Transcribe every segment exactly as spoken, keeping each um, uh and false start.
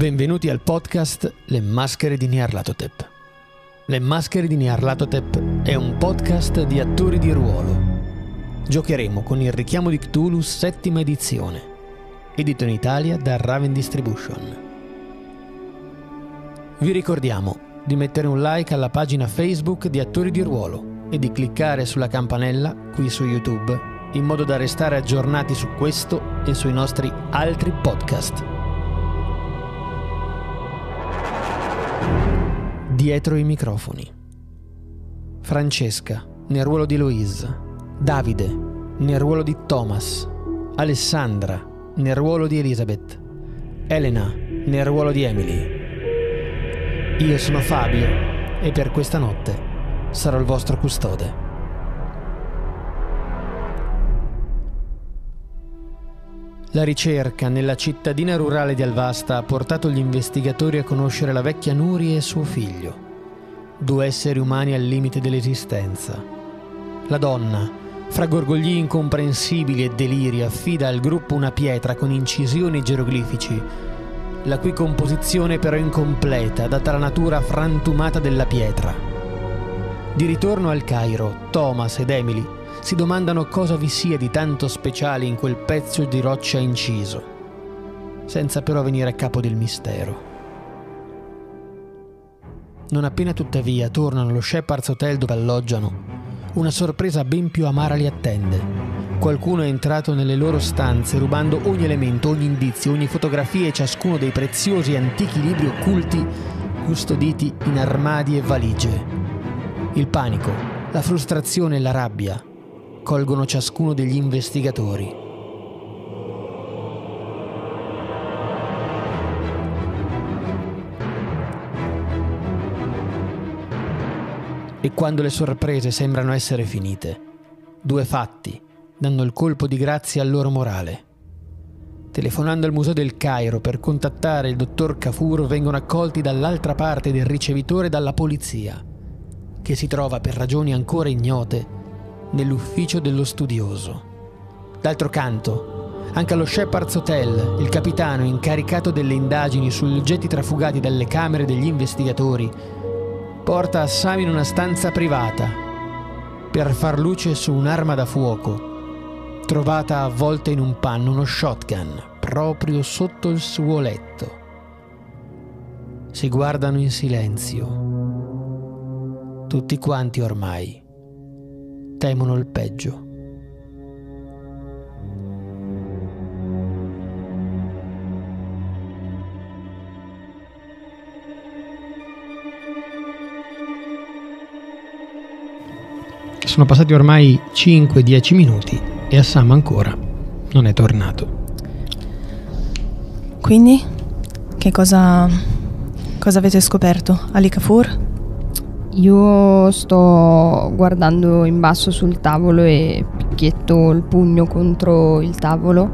Benvenuti al podcast Le Maschere di Nyarlathotep. Le Maschere di Nyarlathotep è un podcast di attori di ruolo. Giocheremo con il Richiamo di Cthulhu settima edizione, edito in Italia da Raven Distribution. Vi ricordiamo di mettere un like alla pagina Facebook di Attori di Ruolo e di cliccare sulla campanella qui su YouTube in modo da restare aggiornati su questo e sui nostri altri podcast. Dietro i microfoni: Francesca nel ruolo di Louise, Davide nel ruolo di Thomas, Alessandra nel ruolo di Elizabeth, Elena nel ruolo di Emily. Io sono Fabio e per questa notte sarò il vostro custode. La ricerca nella cittadina rurale di Alvasta ha portato gli investigatori a conoscere la vecchia Nuri e suo figlio, due esseri umani al limite dell'esistenza. La donna, fra gorgogli incomprensibili e deliri, affida al gruppo una pietra con incisioni geroglifici, la cui composizione però è incompleta, data la natura frantumata della pietra. Di ritorno al Cairo, Thomas ed Emily si domandano cosa vi sia di tanto speciale in quel pezzo di roccia inciso, senza però venire a capo del mistero. Non appena tuttavia tornano allo Shepherd's Hotel dove alloggiano, una sorpresa ben più amara li attende. Qualcuno è entrato nelle loro stanze rubando ogni elemento, ogni indizio, ogni fotografia e ciascuno dei preziosi e antichi libri occulti custoditi in armadi e valigie. Il panico, la frustrazione e la rabbia colgono ciascuno degli investigatori. E quando le sorprese sembrano essere finite, due fatti danno il colpo di grazia al loro morale. Telefonando al Museo del Cairo per contattare il dottor Kafur, vengono accolti dall'altra parte del ricevitore dalla polizia, che si trova per ragioni ancora ignote nell'ufficio dello studioso. D'altro canto, anche allo Shepherd's Hotel, il capitano incaricato delle indagini sugli oggetti trafugati dalle camere degli investigatori porta Assam in una stanza privata per far luce su un'arma da fuoco trovata avvolta in un panno, uno shotgun, proprio sotto il suo letto. Si guardano in silenzio. Tutti quanti ormai temono il peggio. Sono passati ormai cinque dieci minuti e Assam ancora non è tornato. Quindi, che cosa, cosa avete scoperto, Ali Kafur? Io sto guardando in basso sul tavolo e picchietto il pugno contro il tavolo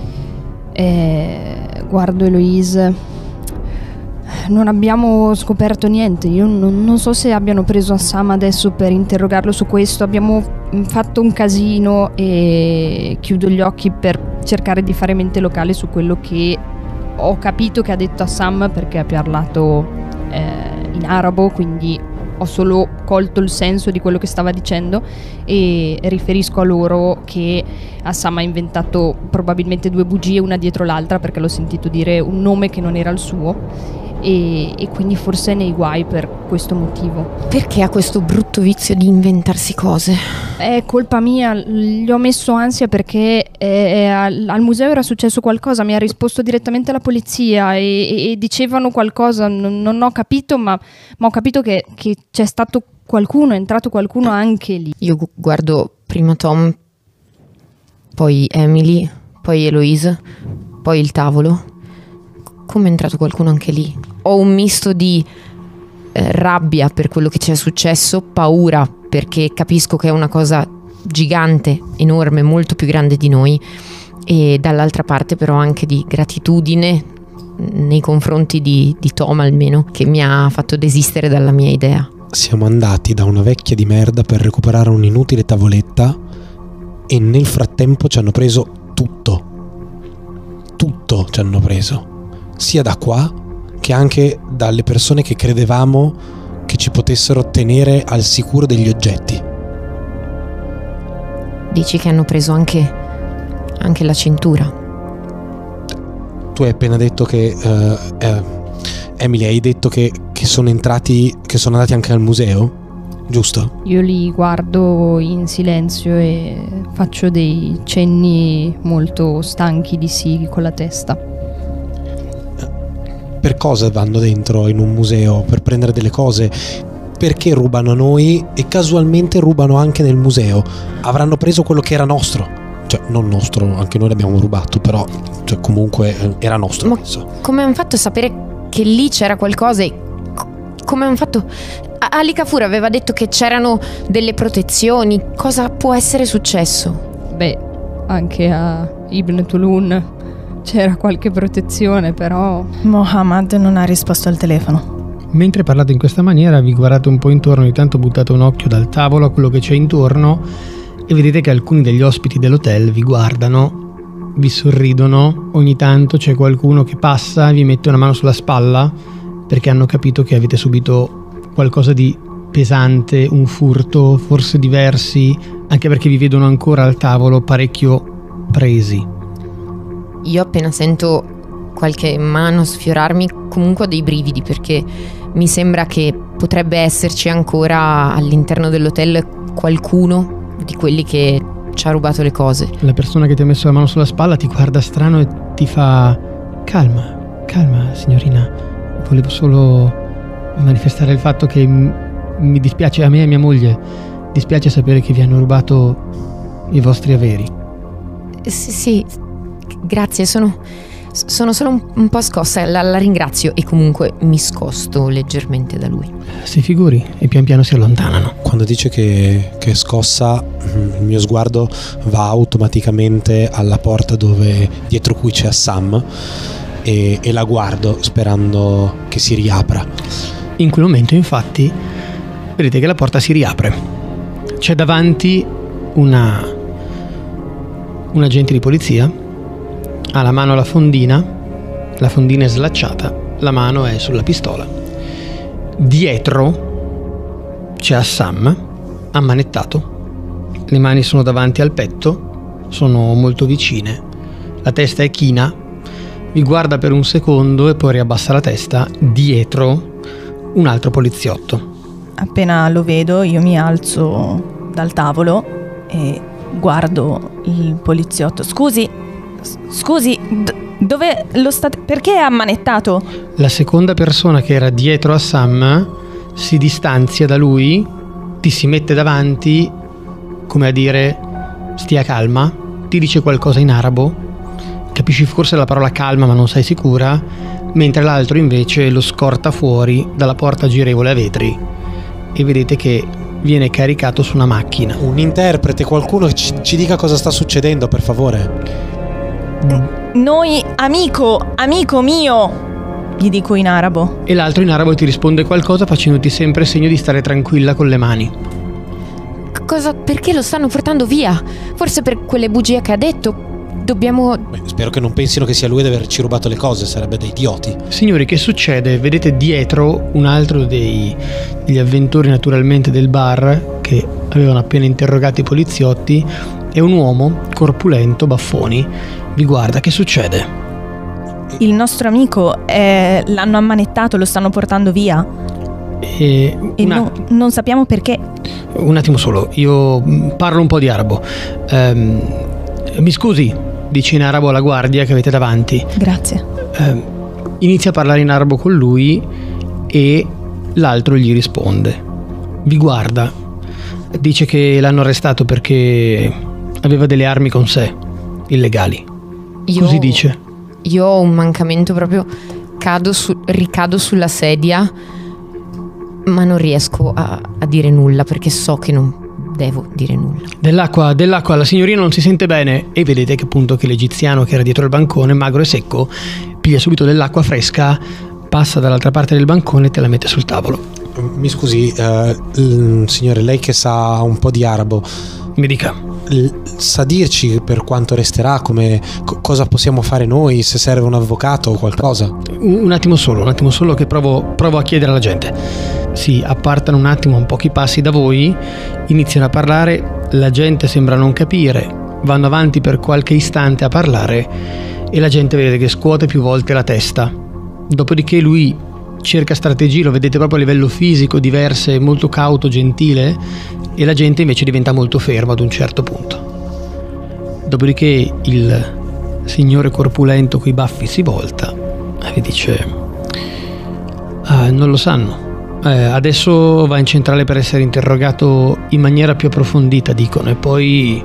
e guardo Eloise. Non abbiamo scoperto niente. Io non, non so se abbiano preso Assam adesso per interrogarlo su questo. Abbiamo fatto un casino e chiudo gli occhi per cercare di fare mente locale su quello che ho capito che ha detto Assam, perché ha parlato eh, in arabo, quindi ho solo colto il senso di quello che stava dicendo e riferisco a loro che Assam ha inventato probabilmente due bugie una dietro l'altra, perché l'ho sentito dire un nome che non era il suo e, e quindi forse è nei guai per questo motivo. Perché ha questo brutto vizio di inventarsi cose? È colpa mia, gli ho messo ansia perché eh, al, al museo era successo qualcosa, mi ha risposto direttamente la polizia e, e, e dicevano qualcosa, non, non ho capito, ma, ma ho capito che, che c'è stato qualcuno, è entrato qualcuno anche lì. Io guardo prima Tom, poi Emily, poi Eloise, poi il tavolo. Come è entrato qualcuno anche lì? Ho un misto di eh, rabbia per quello che ci è successo, paura perché capisco che è una cosa gigante, enorme, molto più grande di noi, e dall'altra parte però anche di gratitudine nei confronti di, di Tom, almeno, che mi ha fatto desistere dalla mia idea. Siamo andati da una vecchia di merda per recuperare un'inutile tavoletta e nel frattempo ci hanno preso tutto. Tutto ci hanno preso. Sia da qua che anche dalle persone che credevamo che ci potessero tenere al sicuro degli oggetti. Dici che hanno preso anche, anche la cintura? Tu hai appena detto che uh, eh, Emily, hai detto che, che sono entrati, che sono andati anche al museo, giusto? Io li guardo in silenzio e faccio dei cenni molto stanchi di sì con la testa. Per cosa vanno dentro in un museo? Per prendere delle cose? Perché rubano a noi e casualmente rubano anche nel museo? Avranno preso quello che era nostro. Cioè, non nostro, anche noi l'abbiamo rubato, però cioè, comunque era nostro. Ma penso. come hanno fatto a sapere che lì c'era qualcosa? E come hanno fatto? Ali Kafur aveva detto che c'erano delle protezioni. Cosa può essere successo? Beh, anche a Ibn Tulun c'era qualche protezione, però Mohammad non ha risposto al telefono. Mentre parlate in questa maniera vi guardate un po' intorno, ogni tanto buttate un occhio dal tavolo a quello che c'è intorno e vedete che alcuni degli ospiti dell'hotel vi guardano, vi sorridono, ogni tanto c'è qualcuno che passa e vi mette una mano sulla spalla perché hanno capito che avete subito qualcosa di pesante, un furto, forse diversi, anche perché vi vedono ancora al tavolo parecchio presi. Io appena sento qualche mano sfiorarmi comunque ho dei brividi, perché mi sembra che potrebbe esserci ancora all'interno dell'hotel qualcuno di quelli che ci ha rubato le cose. La persona che ti ha messo la mano sulla spalla ti guarda strano e ti fa: calma, calma signorina, volevo solo manifestare il fatto che m- mi dispiace, a me e a mia moglie dispiace sapere che vi hanno rubato i vostri averi. Sì, sì, grazie, sono, sono solo un, un po' scossa, la, la ringrazio, e comunque mi scosto leggermente da lui. Si figuri, e pian piano si allontanano. Quando dice che, che è scossa, il mio sguardo va automaticamente alla porta dove dietro cui c'è Assam e, e la guardo sperando che si riapra. In quel momento, infatti, vedete che la porta si riapre. C'è davanti una un agente di polizia, ha la mano alla fondina, la fondina è slacciata, la mano è sulla pistola. Dietro c'è Assam, ammanettato, le mani sono davanti al petto, sono molto vicine, la testa è china, vi guarda per un secondo e poi riabbassa la testa. Dietro un altro poliziotto. Appena lo vedo io mi alzo dal tavolo e guardo il poliziotto. Scusi, s- scusi, d- dove lo state? Perché è ammanettato? La seconda persona che era dietro a Sam si distanzia da lui, ti si mette davanti come a dire stia calma, ti dice qualcosa in arabo, capisci forse la parola calma ma non sei sicura, mentre l'altro invece lo scorta fuori dalla porta girevole a vetri e vedete che viene caricato su una macchina. Un interprete, qualcuno che ci, ci dica cosa sta succedendo, per favore. Noi, amico, amico mio, gli dico in arabo. E l'altro in arabo ti risponde qualcosa facendoti sempre segno di stare tranquilla con le mani. Cosa? Perché lo stanno portando via? Forse per quelle bugie che ha detto. Dobbiamo... Beh, spero che non pensino che sia lui ad averci rubato le cose, sarebbe da idioti. Signori, che succede? Vedete dietro un altro dei, degli avventori naturalmente del bar che avevano appena interrogato i poliziotti, e un uomo corpulento, baffoni, vi guarda. Che succede? Il nostro amico è... l'hanno ammanettato, lo stanno portando via E, e un, no- att- non sappiamo perché. un attimo solo, io mh, parlo un po' di arabo. Ehm, mi scusi, dice in arabo alla guardia che avete davanti. Grazie. Ehm, inizia a parlare in arabo con lui e l'altro gli risponde. Vi guarda, dice che l'hanno arrestato perché aveva delle armi con sé, illegali. Io, Così dice. Io ho un mancamento proprio, cado su, ricado sulla sedia, ma non riesco a, a dire nulla perché so che non devo dire nulla. Dell'acqua, dell'acqua, la signorina non si sente bene. E vedete che appunto che l'egiziano che era dietro il bancone, magro e secco, piglia subito dell'acqua fresca, passa dall'altra parte del bancone e te la mette sul tavolo. Mi scusi, eh, l- signore, lei che sa un po' di arabo, Mi dica. l- sa dirci per quanto resterà, come co- cosa possiamo fare noi, se serve un avvocato o qualcosa? Un, un attimo solo, un attimo solo che provo, provo a chiedere alla gente. Si appartano un attimo a pochi passi da voi, iniziano a parlare, la gente sembra non capire, vanno avanti per qualche istante a parlare e la gente vede che scuote più volte la testa. Dopodiché lui cerca strategie, lo vedete proprio a livello fisico, diverse, molto cauto, gentile, e la gente invece diventa molto ferma ad un certo punto. Dopodiché il signore corpulento coi baffi si volta e vi dice: ah, non lo sanno. Eh, adesso va in centrale per essere interrogato in maniera più approfondita, dicono, e poi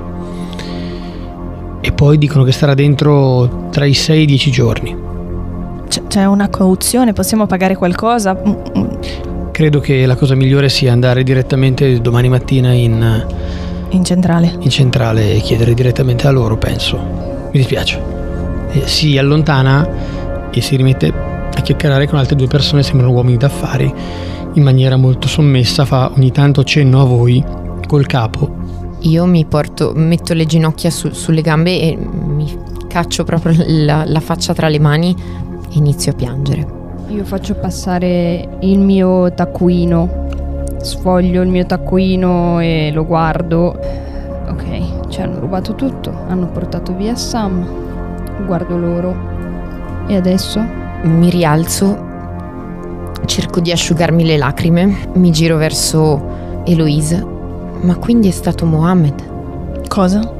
e poi dicono che starà dentro tra i sei e i dieci giorni. C- c'è una cauzione? Possiamo pagare qualcosa? Credo che la cosa migliore sia andare direttamente domani mattina in, in centrale in centrale e chiedere direttamente a loro, penso. Mi dispiace. E si allontana e si rimette a chiacchierare con altre due persone, sembrano uomini d'affari, in maniera molto sommessa, fa ogni tanto cenno a voi col capo. Io mi porto, metto le ginocchia su, sulle gambe e mi caccio proprio la, la faccia tra le mani e inizio a piangere. Io faccio passare il mio taccuino, sfoglio il mio taccuino e lo guardo. Ok, ci hanno rubato tutto, hanno portato via Sam. Guardo loro. E adesso? Mi rialzo, cerco di asciugarmi le lacrime, mi giro verso Eloise. Ma quindi è stato Mohammed? Cosa?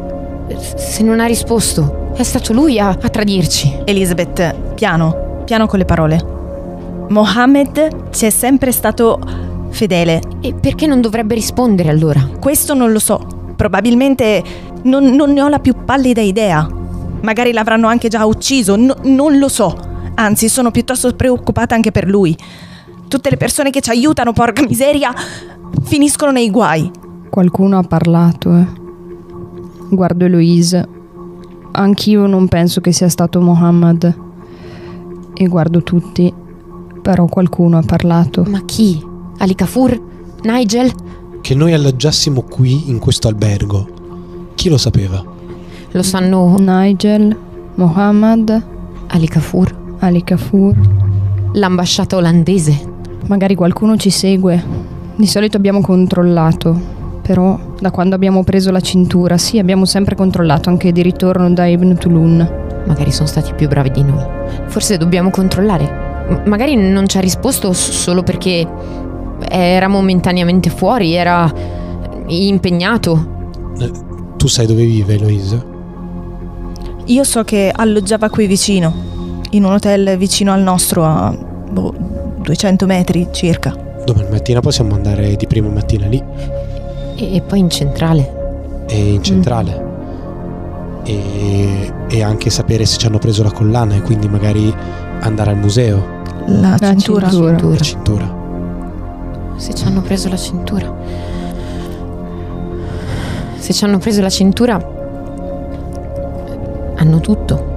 Se non ha risposto, è stato lui a, a tradirci. Elizabeth, piano, piano con le parole. Mohammed ci è sempre stato fedele. E perché non dovrebbe rispondere allora? Questo non lo so. Probabilmente non, non ne ho la più pallida idea. Magari l'avranno anche già ucciso, no, non lo so. Anzi, sono piuttosto preoccupata anche per lui. Tutte le persone che ci aiutano, porca miseria, finiscono nei guai. Qualcuno ha parlato, eh. Guardo Eloise. Anch'io non penso che sia stato Mohammed. E guardo tutti. Però qualcuno ha parlato. Ma chi? Ali Kafur? Nigel? Che noi alloggiassimo qui in questo albergo. Chi lo sapeva? Lo sanno Nigel, Mohammed, Ali Kafur, Ali Kafur. l'ambasciata olandese. Magari qualcuno ci segue. Di solito abbiamo controllato, però da quando abbiamo preso la cintura, sì, abbiamo sempre controllato, anche di ritorno da Ibn Tulun. Magari sono stati più bravi di noi. Forse dobbiamo controllare. M- magari non ci ha risposto s- solo perché era momentaneamente fuori, era impegnato. Eh, tu sai dove vive Eloise? Io so che alloggiava qui vicino, in un hotel vicino al nostro, a boh, duecento metri circa. Domani mattina possiamo andare di prima mattina lì. E, e poi in centrale. E in centrale. Mm. E, e anche sapere se ci hanno preso la collana e quindi magari andare al museo. La, La cintura. cintura. cintura. La cintura. Se ci hanno preso la cintura. Se ci hanno preso la cintura, hanno tutto.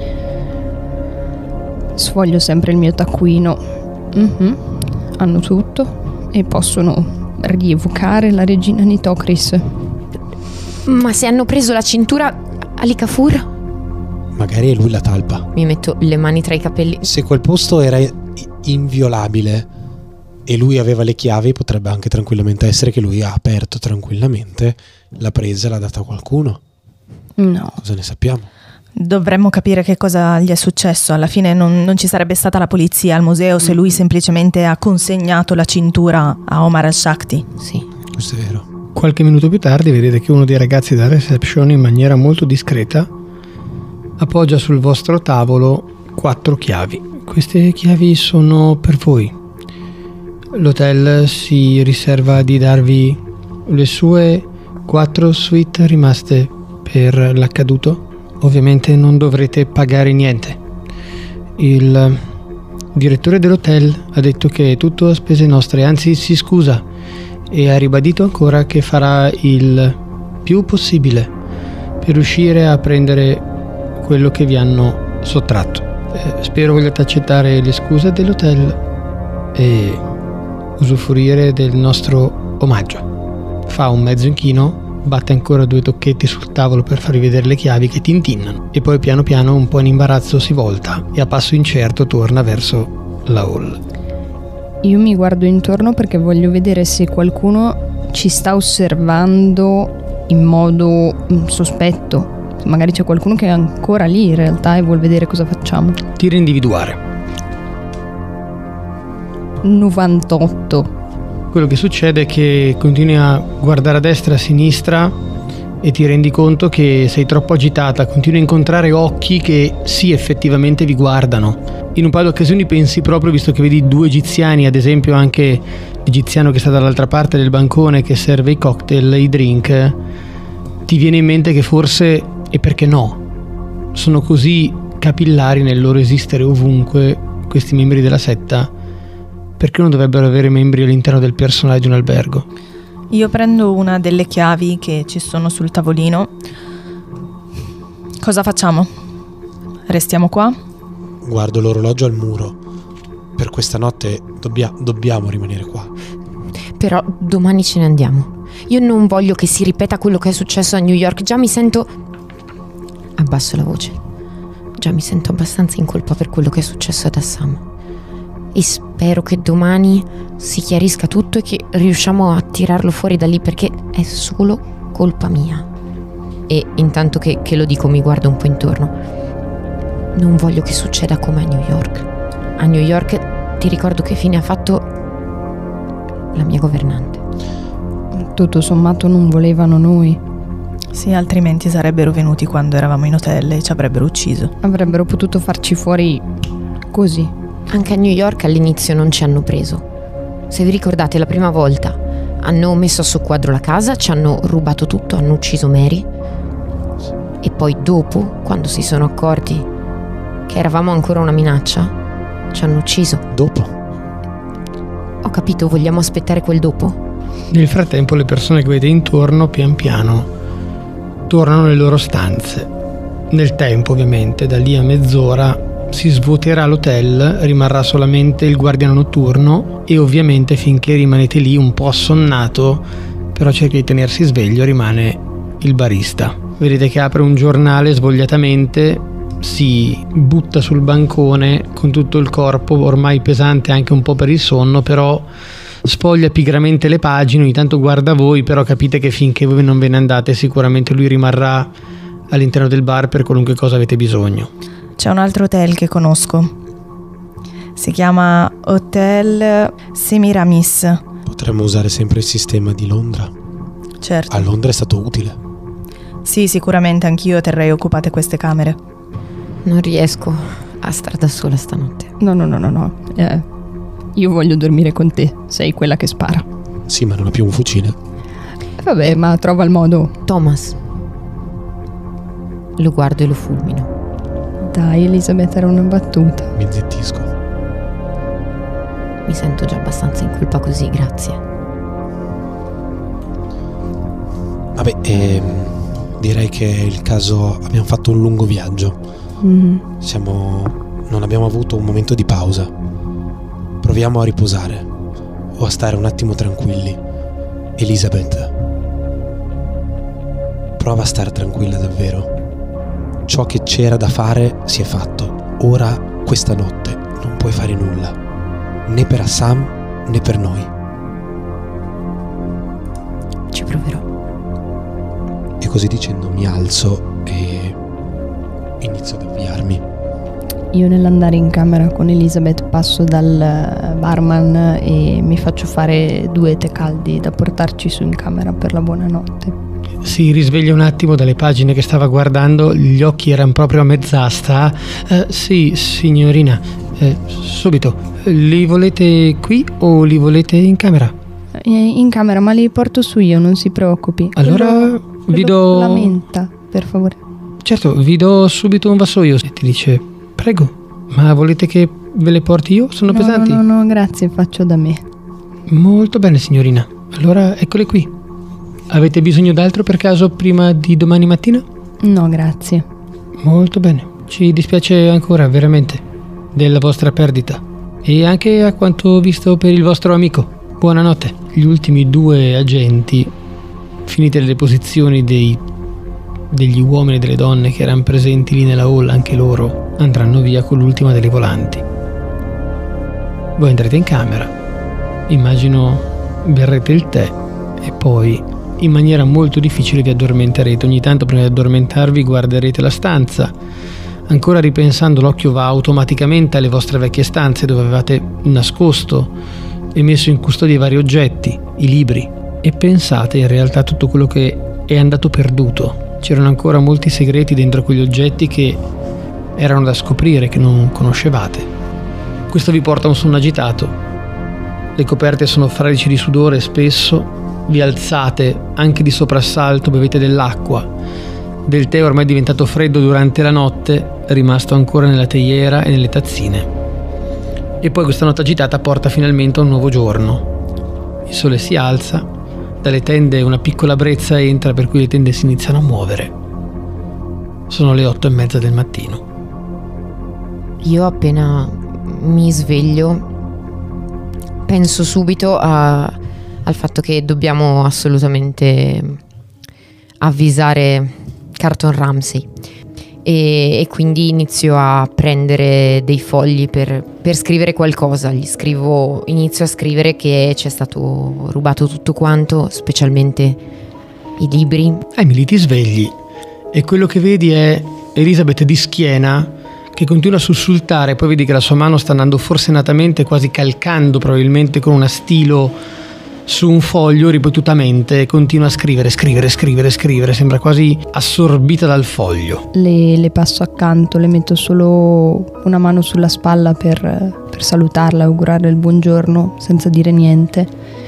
Sfoglio sempre il mio taccuino. Mhm. Hanno tutto e possono rievocare la regina Nitocris. Ma se hanno preso la cintura, Ali Kafur? Magari è lui la talpa. Mi metto le mani tra i capelli. Se quel posto era inviolabile e lui aveva le chiavi, potrebbe anche tranquillamente essere che lui ha aperto tranquillamente, l'ha presa e l'ha data a qualcuno. No. Cosa ne sappiamo? Dovremmo capire che cosa gli è successo. Alla fine non, non ci sarebbe stata la polizia al museo se lui semplicemente ha consegnato la cintura a Omar al-Shakti. Sì. Questo è vero. Qualche minuto più tardi vedete che uno dei ragazzi della reception, in maniera molto discreta, appoggia sul vostro tavolo quattro chiavi. Queste chiavi sono per voi. L'hotel si riserva di darvi le sue quattro suite rimaste per l'accaduto. Ovviamente non dovrete pagare niente. Il direttore dell'hotel ha detto che è tutto a spese nostre, anzi si scusa e ha ribadito ancora che farà il più possibile per riuscire a prendere quello che vi hanno sottratto. Eh, spero vogliate accettare le scuse dell'hotel e usufruire del nostro omaggio. Fa un mezzo inchino batte ancora due tocchetti sul tavolo per farvi vedere le chiavi che tintinnano e poi piano piano, un po' in imbarazzo, si volta e a passo incerto torna verso la hall. Io mi guardo intorno perché voglio vedere se qualcuno ci sta osservando in modo sospetto. Magari c'è qualcuno che è ancora lì in realtà e vuol vedere cosa facciamo. Tira individuare. novantotto. Quello che succede è che continui a guardare a destra e a sinistra e ti rendi conto che sei troppo agitata, continui a incontrare occhi che sì, effettivamente vi guardano. In un paio di occasioni pensi proprio, visto che vedi due egiziani, ad esempio anche l'egiziano che sta dall'altra parte del bancone che serve i cocktail, i drink, ti viene in mente che forse, e perché no, sono così capillari nel loro esistere ovunque questi membri della setta, perché non dovrebbero avere membri all'interno del personale di un albergo? Io prendo una delle chiavi che ci sono sul tavolino. Cosa facciamo? Restiamo qua? Guardo l'orologio al muro. Per questa notte dobbia- dobbiamo rimanere qua. Però domani ce ne andiamo. Io non voglio che si ripeta quello che è successo a New York. Già mi sento... Abbasso la voce. Già mi sento abbastanza in colpa per quello che è successo ad Assam. E spero che domani si chiarisca tutto e che riusciamo a tirarlo fuori da lì, perché è solo colpa mia. E intanto che, che lo dico mi guardo un po' intorno. Non voglio che succeda come a New York. A New York ti ricordo che fine ha fatto la mia governante. Tutto sommato non volevano noi. Sì, altrimenti sarebbero venuti quando eravamo in hotel e ci avrebbero ucciso. Avrebbero potuto farci fuori così. Anche a New York all'inizio non ci hanno preso. Se vi ricordate, la prima volta hanno messo a soqquadro la casa, ci hanno rubato tutto, hanno ucciso Mary. E poi dopo, quando si sono accorti che eravamo ancora una minaccia, ci hanno ucciso. Dopo? Ho capito, vogliamo aspettare quel dopo? Nel frattempo le persone che vedete intorno pian piano tornano nelle loro stanze. Nel tempo, ovviamente, da lì a mezz'ora si svuoterà l'hotel, rimarrà solamente il guardiano notturno e ovviamente finché rimanete lì un po' assonnato, però cerca di tenersi sveglio, rimane il barista. Vedete che apre un giornale svogliatamente, si butta sul bancone con tutto il corpo ormai pesante anche un po' per il sonno, però sfoglia pigramente le pagine, ogni tanto guarda voi, però capite che finché voi non ve ne andate sicuramente lui rimarrà all'interno del bar per qualunque cosa avete bisogno. C'è un altro hotel che conosco. Si chiama Hotel Semiramis. Potremmo usare sempre il sistema di Londra. Certo. A Londra è stato utile. Sì, sicuramente anch'io terrei occupate queste camere. Non riesco a stare da sola stanotte. No, no, no, no, no. Eh, io voglio dormire con te. Sei quella che spara. Sì, ma non ha più un fucile. Eh, vabbè, ma trova il modo. Thomas. Lo guardo e lo fulmino. Dai, Elisabeth, era una battuta. Mi zittisco. Mi sento già abbastanza in colpa così, grazie. Vabbè, ehm, direi che è il caso. Abbiamo fatto un lungo viaggio. Mm. Siamo. Non abbiamo avuto un momento di pausa. Proviamo a riposare o a stare un attimo tranquilli. Elisabeth, prova a stare tranquilla davvero. Ciò che c'era da fare si è fatto. Ora, questa notte, non puoi fare nulla. Né per Assam, né per noi. Ci proverò. E così dicendo mi alzo e inizio ad avviarmi. Io nell'andare in camera con Elisabeth passo dal barman e mi faccio fare due tè caldi da portarci su in camera per la buonanotte. Si risveglia un attimo dalle pagine che stava guardando, gli occhi erano proprio a mezz'asta. Eh, sì, signorina, eh, subito. Li volete qui o li volete in camera? In camera, ma li porto su io, non si preoccupi. Allora quello, quello vi do... la menta, per favore. Certo, vi do subito un vassoio. E ti dice, prego, ma volete che ve le porti io? Sono no, pesanti? No, no, no, grazie, faccio da me. Molto bene, signorina. Allora, eccole qui. Avete bisogno d'altro per caso prima di domani mattina? No, grazie. Molto bene. Ci dispiace ancora, veramente, della vostra perdita. E anche a quanto visto per il vostro amico. Buonanotte. Gli ultimi due agenti finite le posizioni dei, degli uomini e delle donne che erano presenti lì nella hall, anche loro andranno via con l'ultima delle volanti. Voi andrete in camera, immagino berrete il tè e poi in maniera molto difficile vi addormenterete. Ogni tanto prima di addormentarvi guarderete la stanza. Ancora ripensando, l'occhio va automaticamente alle vostre vecchie stanze dove avevate nascosto e messo in custodia i vari oggetti, i libri, e pensate in realtà a tutto quello che è andato perduto. C'erano ancora molti segreti dentro quegli oggetti che erano da scoprire, che non conoscevate. Questo vi porta a un sonno agitato. Le coperte sono fradici di sudore spesso, vi alzate anche di soprassalto, bevete dell'acqua. Del tè ormai diventato freddo durante la notte, rimasto ancora nella teiera e nelle tazzine. E poi questa notte agitata porta finalmente a un nuovo giorno. Il sole si alza, dalle tende una piccola brezza entra per cui le tende si iniziano a muovere. Sono le otto e mezza del mattino. Io appena mi sveglio penso subito a, al fatto che dobbiamo assolutamente avvisare Carlton Ramsay e, e quindi inizio a prendere dei fogli per, per scrivere qualcosa. Gli scrivo, inizio a scrivere che c'è stato rubato tutto quanto, specialmente i libri. Emily, ti svegli e quello che vedi è Elizabeth di schiena che continua a sussultare, poi vedi che la sua mano sta andando forsennatamente, quasi calcando probabilmente con una stilo su un foglio ripetutamente, e continua a scrivere, scrivere, scrivere, scrivere, sembra quasi assorbita dal foglio. Le, le passo accanto, le metto solo una mano sulla spalla per, per salutarla, augurare il buongiorno senza dire niente,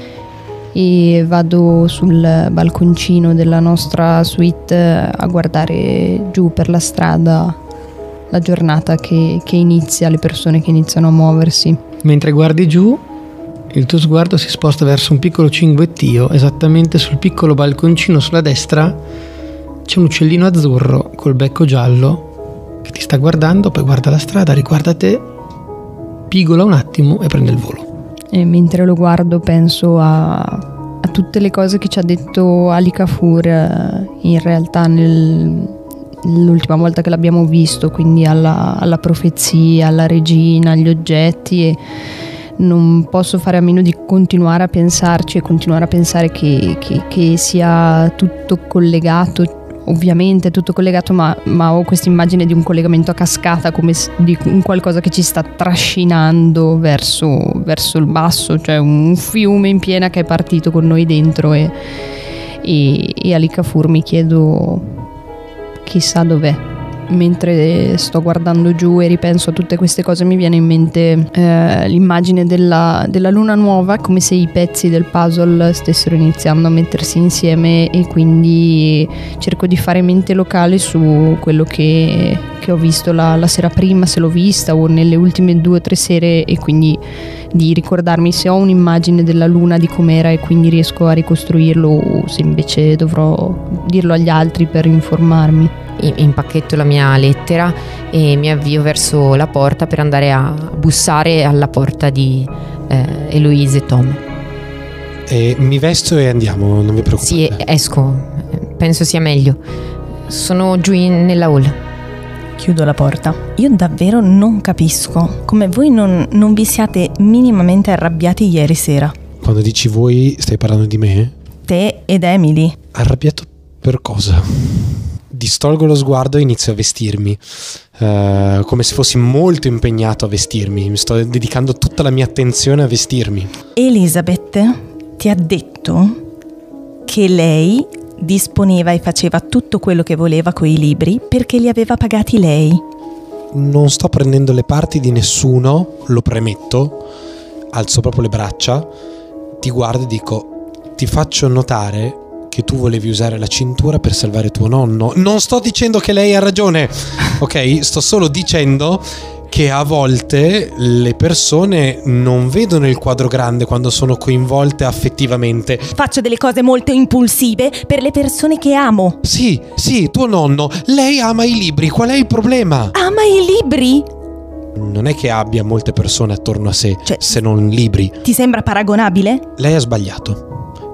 e vado sul balconcino della nostra suite a guardare giù per la strada la giornata che, che inizia, le persone che iniziano a muoversi. Mentre guardi giù, il tuo sguardo si sposta verso un piccolo cinguettio. Esattamente sul piccolo balconcino sulla destra c'è un uccellino azzurro col becco giallo che ti sta guardando, poi guarda la strada, riguarda te, pigola un attimo e prende il volo. E mentre lo guardo penso a, a tutte le cose che ci ha detto Ali Kafur in realtà nel... l'ultima volta che l'abbiamo visto, quindi alla, alla profezia, alla regina, agli oggetti, e non posso fare a meno di continuare a pensarci e continuare a pensare che, che, che sia tutto collegato. Ovviamente tutto collegato, ma, ma ho questa immagine di un collegamento a cascata, come di un qualcosa che ci sta trascinando verso, verso il basso, cioè un fiume in piena che è partito con noi dentro, e, e, e Ali Kafur mi chiedo chissà dov'è. Mentre sto guardando giù e ripenso a tutte queste cose mi viene in mente eh, l'immagine della, della luna nuova, come se i pezzi del puzzle stessero iniziando a mettersi insieme, e quindi cerco di fare mente locale su quello che, che ho visto la, la sera prima, se l'ho vista, o nelle ultime due o tre sere, e quindi di ricordarmi se ho un'immagine della luna di com'era e quindi riesco a ricostruirlo, o se invece dovrò dirlo agli altri per informarmi. Impacchetto la mia lettera e mi avvio verso la porta per andare a bussare alla porta di eh, Eloise e Tom. E mi vesto e andiamo, non vi preoccupate. Sì, esco, penso sia meglio. Sono giù in, nella hall. Chiudo la porta. Io davvero non capisco come voi non, non vi siate minimamente arrabbiati ieri sera. Quando dici voi stai parlando di me? Te ed Emily. Arrabbiato per cosa? Distolgo lo sguardo e inizio a vestirmi, uh, come se fossi molto impegnato a vestirmi. Mi sto dedicando tutta la mia attenzione a vestirmi. Elizabeth ti ha detto che lei disponeva e faceva tutto quello che voleva coi libri perché li aveva pagati lei. Non sto prendendo le parti di nessuno, lo premetto. Alzo proprio le braccia, ti guardo e dico: ti faccio notare che tu volevi usare la cintura per salvare tuo nonno. Non sto dicendo che lei ha ragione, ok? Sto solo dicendo che a volte le persone non vedono il quadro grande quando sono coinvolte affettivamente. Faccio delle cose molto impulsive per le persone che amo. Sì, sì, tuo nonno. Lei ama i libri, qual è il problema? Ama i libri? Non è che abbia molte persone attorno a sé, cioè, se non libri. Ti sembra paragonabile? Lei ha sbagliato.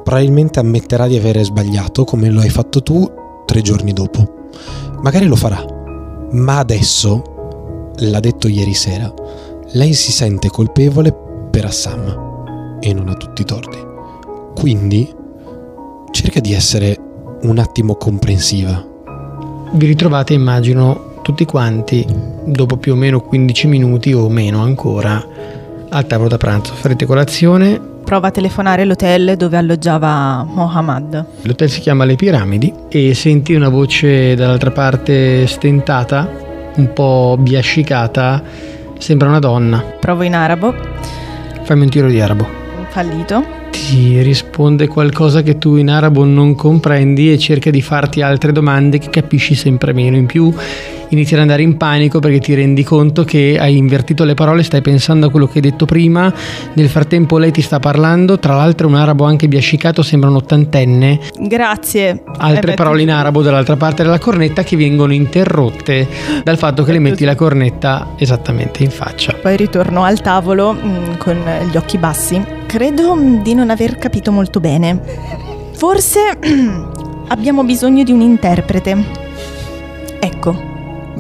probabilmente ammetterà di avere sbagliato come lo hai fatto tu tre giorni dopo. Magari lo farà, ma adesso, l'ha detto ieri sera, lei si sente colpevole per Assam e non ha tutti i torti. Quindi cerca di essere un attimo comprensiva. Vi ritrovate, immagino, tutti quanti dopo più o meno quindici minuti o meno ancora al tavolo da pranzo. Farete colazione. Prova a telefonare l'hotel dove alloggiava Mohammad. L'hotel si chiama Le Piramidi e senti una voce dall'altra parte stentata, un po' biascicata, sembra una donna. Provo in arabo. Fammi un tiro di arabo. Fallito. Ti risponde qualcosa che tu in arabo non comprendi e cerca di farti altre domande che capisci sempre meno. In più inizi ad andare in panico perché ti rendi conto che hai invertito le parole, stai pensando a quello che hai detto prima. Nel frattempo lei ti sta parlando, tra l'altro un arabo anche biascicato, sembra un ottantenne. Grazie. Altre eh parole in arabo dall'altra parte della cornetta che vengono interrotte dal fatto che le metti la cornetta esattamente in faccia. Poi ritorno al tavolo mh, con gli occhi bassi. Credo mh, di non aver capito molto bene. Forse abbiamo bisogno di un interprete. Ecco.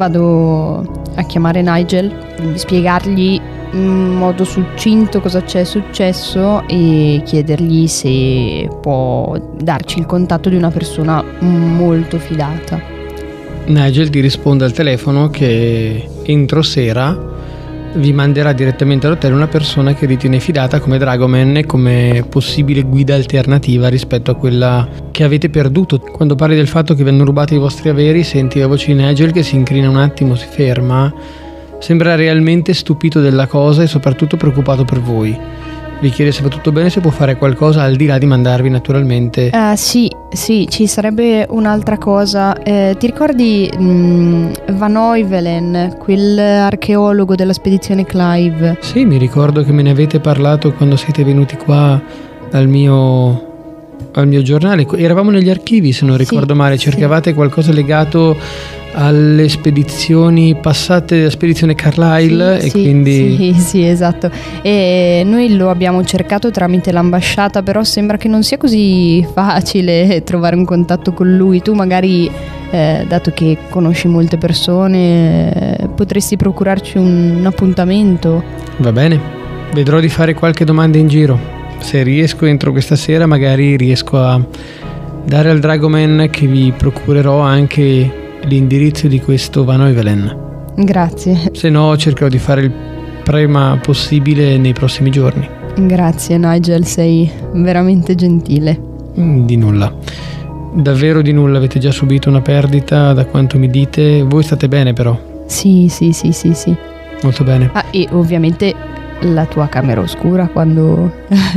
Vado a chiamare Nigel, spiegargli in modo succinto cosa c'è successo e chiedergli se può darci il contatto di una persona molto fidata. Nigel ti risponde al telefono che entro sera vi manderà direttamente all'hotel una persona che ritiene fidata come Dragoman e come possibile guida alternativa rispetto a quella che avete perduto. Quando parli del fatto che vi hanno rubato i vostri averi, senti la voce di Nigel che si incrina un attimo, si ferma, sembra realmente stupito della cosa e soprattutto preoccupato per voi. Vi chiede se va tutto bene, se può fare qualcosa al di là di mandarvi naturalmente. Uh, sì, sì, ci sarebbe un'altra cosa. Eh, ti ricordi mh, Van Oivelen, quell'archeologo della spedizione Clive? Sì, mi ricordo che me ne avete parlato quando siete venuti qua al mio, al mio giornale. Eravamo negli archivi, se non ricordo sì, male. Cercavate sì. qualcosa legato alle spedizioni passate, la spedizione Carlisle, sì, e sì, quindi sì, sì, esatto. E noi lo abbiamo cercato tramite l'ambasciata, però sembra che non sia così facile trovare un contatto con lui. Tu magari, eh, dato che conosci molte persone, eh, potresti procurarci un, un appuntamento. Va bene, vedrò di fare qualche domanda in giro. Se riesco entro questa sera magari riesco a dare al Dragoman che vi procurerò anche l'indirizzo di questo Van Oivelen. Grazie. Se no cercherò di fare il prima possibile nei prossimi giorni. Grazie Nigel, sei veramente gentile. Di nulla. Davvero di nulla, avete già subito una perdita da quanto mi dite. Voi state bene però? Sì, sì, sì, sì, sì. Molto bene. Ah, e ovviamente la tua camera oscura quando...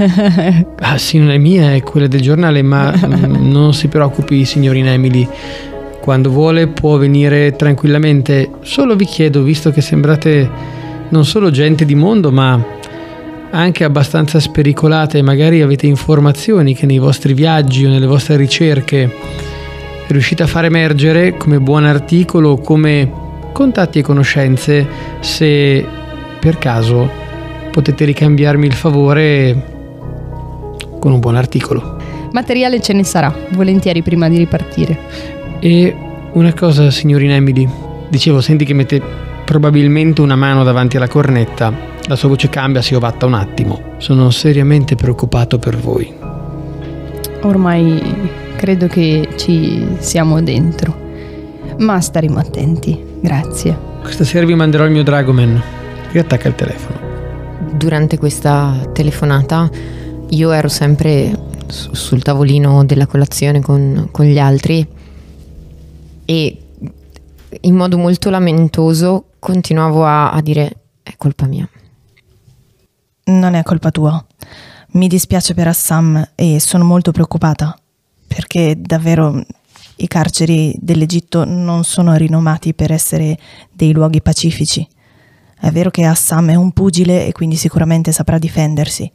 Ah sì, non è mia, è quella del giornale, ma non si preoccupi signorina Emily. Quando vuole può venire tranquillamente. Solo vi chiedo, visto che sembrate non solo gente di mondo ma anche abbastanza spericolate e magari avete informazioni che nei vostri viaggi o nelle vostre ricerche riuscite a far emergere come buon articolo o come contatti e conoscenze, se per caso potete ricambiarmi il favore con un buon articolo. Materiale ce ne sarà, volentieri prima di ripartire. E una cosa, signorina Emily, dicevo, senti che mette probabilmente una mano davanti alla cornetta, la sua voce cambia, si ovatta un attimo. Sono seriamente preoccupato per voi. Ormai credo che ci siamo dentro, ma staremo attenti. Grazie. Questa sera vi manderò il mio Dragoman. Riattacca il telefono. Durante questa telefonata io ero sempre su- sul tavolino della colazione con, con gli altri e in modo molto lamentoso continuavo a, a dire: è colpa mia. Non è colpa tua. Mi dispiace per Assam e sono molto preoccupata perché davvero i carceri dell'Egitto non sono rinomati per essere dei luoghi pacifici. È vero che Assam è un pugile e quindi sicuramente saprà difendersi,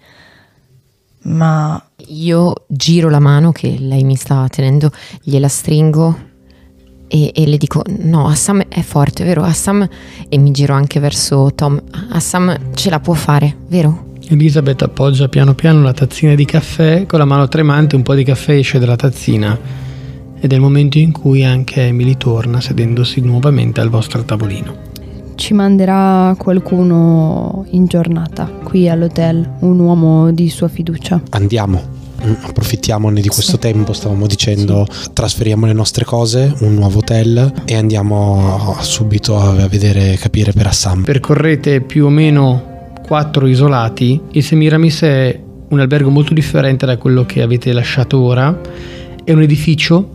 ma Io giro la mano che lei mi sta tenendo, gliela stringo e, e le dico: no, Assam è forte, vero? Assam, e mi giro anche verso Tom. Assam ce la può fare, vero? Elizabeth appoggia piano piano la tazzina di caffè, con la mano tremante un po' di caffè esce dalla tazzina ed è il momento in cui anche Emily torna sedendosi nuovamente al vostro tavolino. Ci manderà qualcuno in giornata qui all'hotel, un uomo di sua fiducia. Andiamo. Approfittiamone di questo sì. tempo, stavamo dicendo, sì. Trasferiamo le nostre cose, un nuovo hotel e andiamo subito a vedere, capire per Assam. Percorrete più o meno quattro isolati. Il Semiramis è un albergo molto differente da quello che avete lasciato ora. È un edificio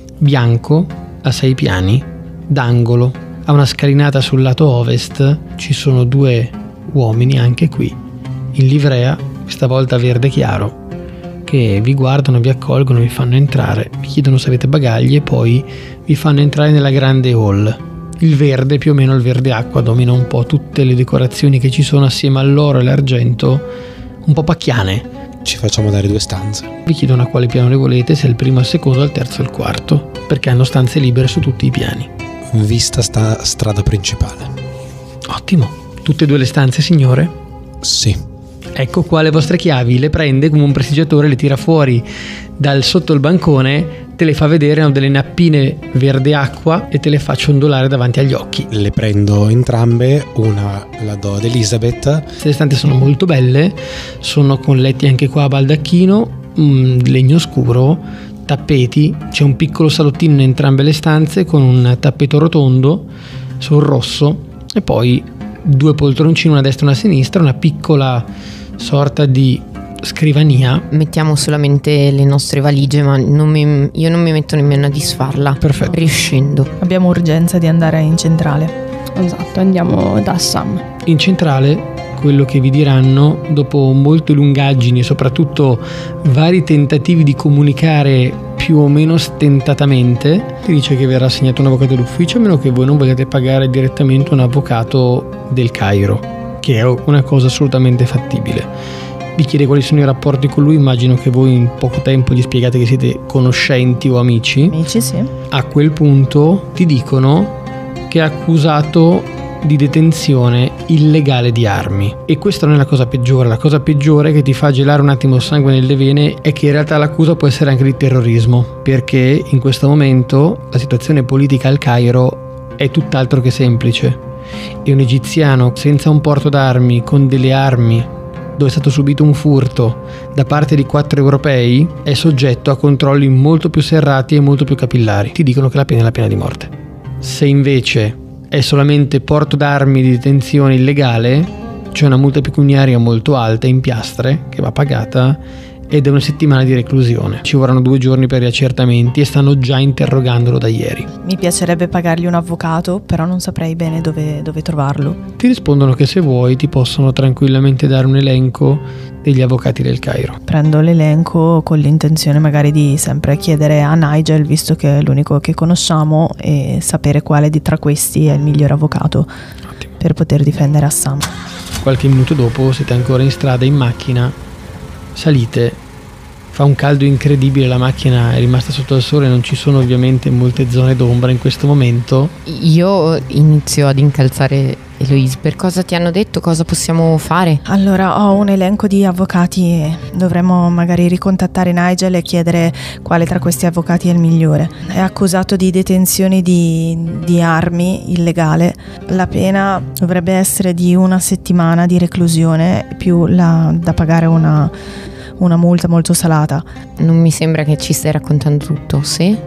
bianco a sei piani, d'angolo, ha una scalinata sul lato ovest. Ci sono due uomini anche qui in livrea, questa volta verde chiaro, che vi guardano, vi accolgono, vi fanno entrare, vi chiedono se avete bagagli e poi vi fanno entrare nella grande hall. Il verde, più o meno il verde acqua, domina un po' tutte le decorazioni che ci sono assieme all'oro e l'argento, un po' pacchiane. Ci facciamo dare due stanze. Vi chiedono a quale piano le volete, se è il primo, il secondo, il terzo o il quarto, perché hanno stanze libere su tutti i piani. Vista sta strada principale. Ottimo. Tutte e due le stanze, signore? Sì. Ecco qua le vostre chiavi, le prende come un prestigiatore, le tira fuori dal sotto il bancone, te le fa vedere, hanno delle nappine verde acqua e te le fa ciondolare davanti agli occhi. Le prendo entrambe, una la do ad Elizabeth. Le stanze sono molto belle, sono con letti anche qua a baldacchino, mh, legno scuro, tappeti, c'è un piccolo salottino in entrambe le stanze con un tappeto rotondo sul rosso e poi due poltroncine, una a destra e una a sinistra, una piccola sorta di scrivania. Mettiamo solamente le nostre valigie, ma non mi, io non mi metto nemmeno a disfarla. Perfetto. Riuscendo. Abbiamo urgenza di andare in centrale. Esatto, andiamo da Assam. In centrale quello che vi diranno, dopo molte lungaggini e soprattutto vari tentativi di comunicare più o meno stentatamente, ti dice che verrà assegnato un avvocato d'ufficio a meno che voi non vogliate pagare direttamente un avvocato del Cairo, che è una cosa assolutamente fattibile. Vi chiede quali sono i rapporti con lui, immagino che voi in poco tempo gli spiegate che siete conoscenti o amici. Amici, sì. A quel punto ti dicono che è accusato di detenzione illegale di armi, e questa non è la cosa peggiore. La cosa peggiore che ti fa gelare un attimo il sangue nelle vene è che in realtà l'accusa può essere anche di terrorismo, perché in questo momento la situazione politica al Cairo è tutt'altro che semplice e un egiziano senza un porto d'armi, con delle armi, dove è stato subito un furto da parte di quattro europei, è soggetto a controlli molto più serrati e molto più capillari. Ti dicono che la pena è la pena di morte. Se invece è solamente porto d'armi di detenzione illegale, c'è una multa pecuniaria molto alta in piastre che va pagata ed è una settimana di reclusione. Ci vorranno due giorni per gli accertamenti e stanno già interrogandolo da ieri. Mi piacerebbe pagargli un avvocato, però non saprei bene dove, dove trovarlo. Ti rispondono che se vuoi ti possono tranquillamente dare un elenco degli avvocati del Cairo. Prendo l'elenco con l'intenzione magari di sempre chiedere a Nigel, visto che è l'unico che conosciamo, e sapere quale di tra questi è il miglior avvocato. Ottimo. Per poter difendere Assam. Qualche minuto dopo siete ancora in strada in macchina, salite, fa un caldo incredibile, la macchina è rimasta sotto il sole, non ci sono ovviamente molte zone d'ombra in questo momento. Io inizio ad incalzare Eloise. Per cosa ti hanno detto? Cosa possiamo fare? Allora, ho un elenco di avvocati e dovremmo magari ricontattare Nigel e chiedere quale tra questi avvocati è il migliore. È accusato di detenzione di, di armi illegale. La pena dovrebbe essere di una settimana di reclusione più la, da pagare una, una multa molto salata. Non mi sembra che ci stai raccontando tutto, sì?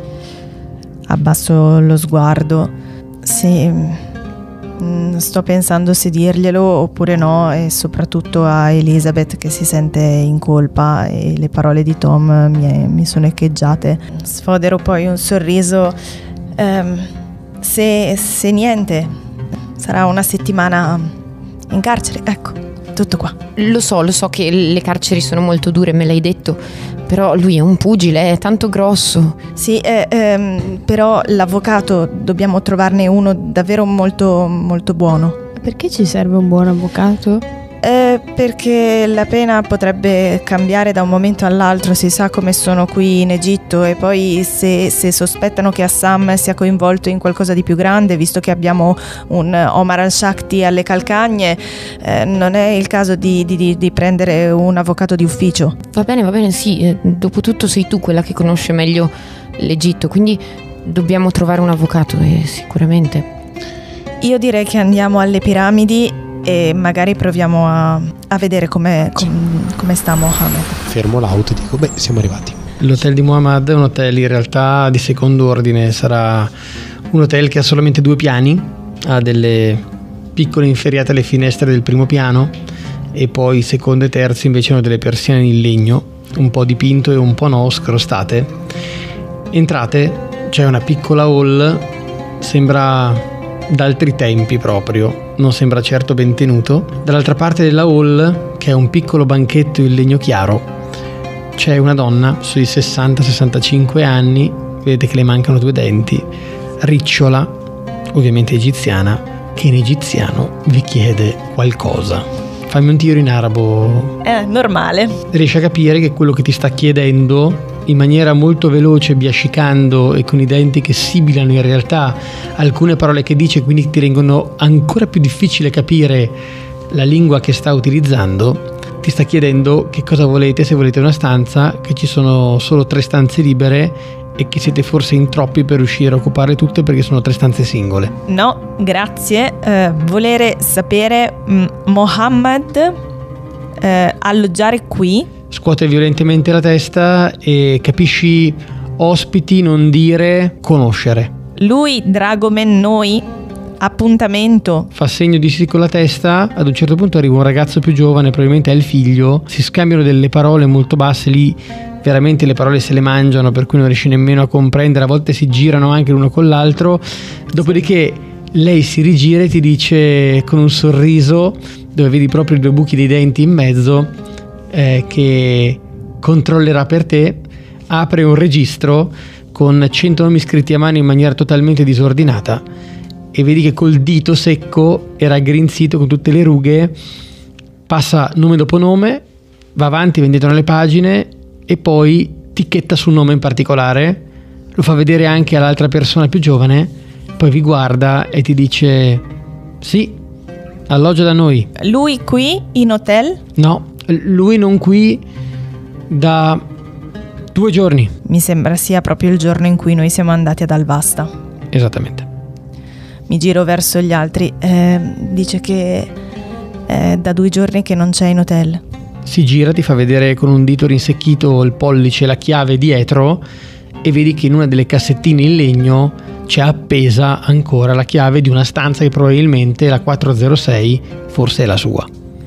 Abbasso lo sguardo. Sì. Sto pensando se dirglielo oppure no, e soprattutto a Elizabeth che si sente in colpa, e le parole di Tom mi, mi sono echeggiate. Sfodero poi un sorriso. ehm, se, se niente, sarà una settimana in carcere, ecco, tutto qua. Lo so, lo so che le carceri sono molto dure, me l'hai detto, però lui è un pugile, è tanto grosso. Sì, eh, ehm, però l'avvocato dobbiamo trovarne uno davvero molto molto buono. Perché ci serve un buon avvocato? Eh, perché la pena potrebbe cambiare da un momento all'altro, si sa come sono qui in Egitto, e poi se, se sospettano che Assam sia coinvolto in qualcosa di più grande, visto che abbiamo un Omar al-Shakti alle calcagne, eh, non è il caso di, di, di prendere un avvocato di ufficio. Va bene, va bene, sì, eh, dopotutto sei tu quella che conosce meglio l'Egitto, quindi dobbiamo trovare un avvocato, e sicuramente. Io direi che andiamo alle piramidi e magari proviamo a, a vedere come com, sta Mohammed. Fermo l'auto e dico, beh, siamo arrivati. L'hotel di Mohammed è un hotel in realtà di secondo ordine, sarà un hotel che ha solamente due piani, ha delle piccole inferriate alle finestre del primo piano, e poi secondo e terzo invece hanno delle persiane in legno, un po' dipinto e un po' no, scrostate. Entrate, c'è una piccola hall, sembra d'altri tempi proprio, non sembra certo ben tenuto. Dall'altra parte della hall, che è un piccolo banchetto in legno chiaro, c'è una donna sui sessanta sessantacinque anni, vedete che le mancano due denti, ricciola, ovviamente egiziana, che in egiziano vi chiede qualcosa. Fammi un tiro in arabo. È normale. Riesci a capire che quello che ti sta chiedendo, in maniera molto veloce, biascicando e con i denti che sibilano in realtà alcune parole che dice, quindi ti rendono ancora più difficile capire la lingua che sta utilizzando, ti sta chiedendo che cosa volete, se volete una stanza, che ci sono solo tre stanze libere e che siete forse in troppi per riuscire a occuparle tutte perché sono tre stanze singole. No, grazie. Eh, volere sapere, mh, Mohammed, eh, alloggiare qui? Scuote violentemente la testa e capisci ospiti, non dire, conoscere. Lui, Dragomen, noi, appuntamento. Fa segno di sì con la testa. Ad un certo punto arriva un ragazzo più giovane, probabilmente è il figlio, si scambiano delle parole molto basse, lì veramente le parole se le mangiano, per cui non riesci nemmeno a comprendere, a volte si girano anche l'uno con l'altro. Dopodiché lei si rigira e ti dice con un sorriso, dove vedi proprio i due buchi dei denti in mezzo, Eh, che controllerà per te. Apre un registro con cento nomi scritti a mano in maniera totalmente disordinata e vedi che col dito secco e raggrinzito con tutte le rughe passa nome dopo nome, va avanti vendendo le pagine e poi ticchetta su un nome in particolare, lo fa vedere anche all'altra persona più giovane, poi vi guarda e ti dice: sì, alloggia da noi. Lui qui in hotel? No, lui non qui da due giorni. Mi sembra sia proprio il giorno in cui noi siamo andati ad Alvasta. Esattamente. Mi giro verso gli altri. Eh, dice che è da due giorni che non c'è in hotel. Si gira, ti fa vedere con un dito rinsecchito il pollice, la chiave dietro, e vedi che in una delle cassettine in legno c'è appesa ancora la chiave di una stanza che probabilmente la quattrocentosei forse è la sua.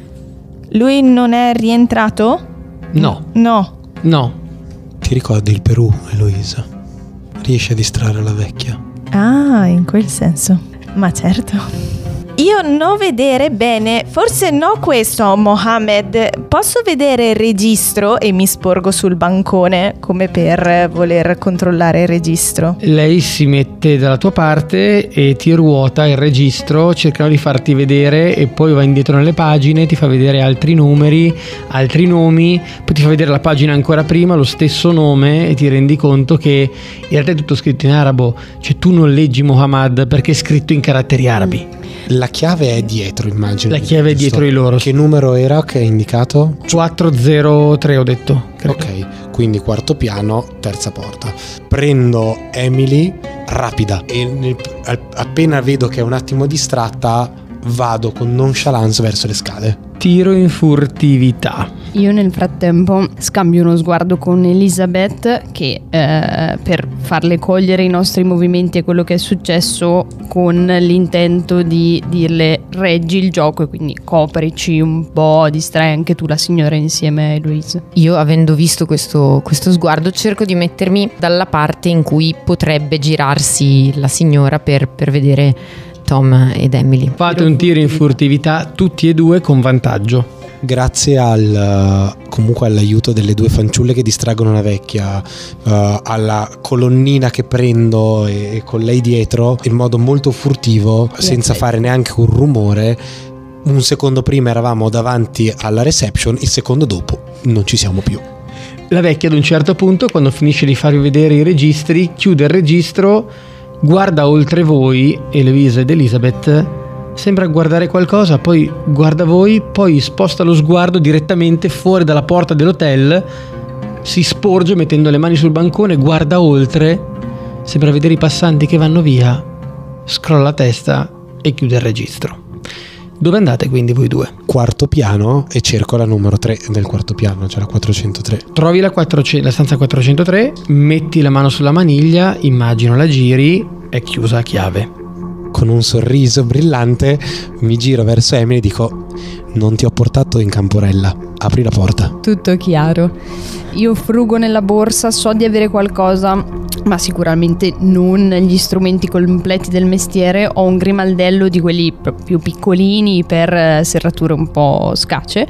Lui non è rientrato? No. No. No. Ti ricordi il Perù, Eloisa? Riesci a distrarre la vecchia? Ah, in quel senso. Ma certo. Io non vedere bene, forse no questo, Mohammed. Posso vedere il registro? E mi sporgo sul bancone come per voler controllare il registro. Lei si mette dalla tua parte e ti ruota il registro cercando di farti vedere, e poi va indietro nelle pagine, ti fa vedere altri numeri, altri nomi, poi ti fa vedere la pagina ancora prima, lo stesso nome, e ti rendi conto che in realtà è tutto scritto in arabo, cioè tu non leggi Mohammed perché è scritto in caratteri arabi. La chiave è dietro, immagino. La chiave è dietro di loro. Che numero era che hai indicato? quattrocentotre ho detto, credo. Ok, quindi quarto piano, terza porta. Prendo Emily, rapida, e nel, appena vedo che è un attimo distratta, vado con nonchalance verso le scale. Tiro in furtività. Io nel frattempo scambio uno sguardo con Elisabeth che eh, per farle cogliere i nostri movimenti e quello che è successo, con l'intento di dirle reggi il gioco e quindi coprici un po', distrai anche tu la signora insieme a Eloise. Io, avendo visto questo, questo sguardo, cerco di mettermi dalla parte in cui potrebbe girarsi la signora per, per vedere Tom ed Emily. Fate un tiro in furtività tutti e due con vantaggio. Grazie al comunque all'aiuto delle due fanciulle che distraggono la vecchia, uh, alla colonnina che prendo e, e con lei dietro, in modo molto furtivo, senza fare neanche un rumore, un secondo prima eravamo davanti alla reception, il secondo dopo non ci siamo più. La vecchia ad un certo punto, quando finisce di farvi vedere i registri, chiude il registro, guarda oltre voi, Eloise ed Elizabeth, sembra guardare qualcosa, poi guarda voi, poi sposta lo sguardo direttamente fuori dalla porta dell'hotel, si sporge mettendo le mani sul bancone, guarda oltre, sembra vedere i passanti che vanno via, scrolla la testa e chiude il registro. Dove andate quindi voi due? Quarto piano, e cerco la numero tre del quarto piano, cioè la quattrocentotre. Trovi la, quattrocento, la stanza quattrocentotre, metti la mano sulla maniglia, immagino la giri, è chiusa a chiave. Con un sorriso brillante mi giro verso Emily e dico: non ti ho portato in camporella, apri la porta. Tutto chiaro. Io frugo nella borsa, so di avere qualcosa, ma sicuramente non gli strumenti completi del mestiere. Ho un grimaldello di quelli più piccolini per serrature un po' scacce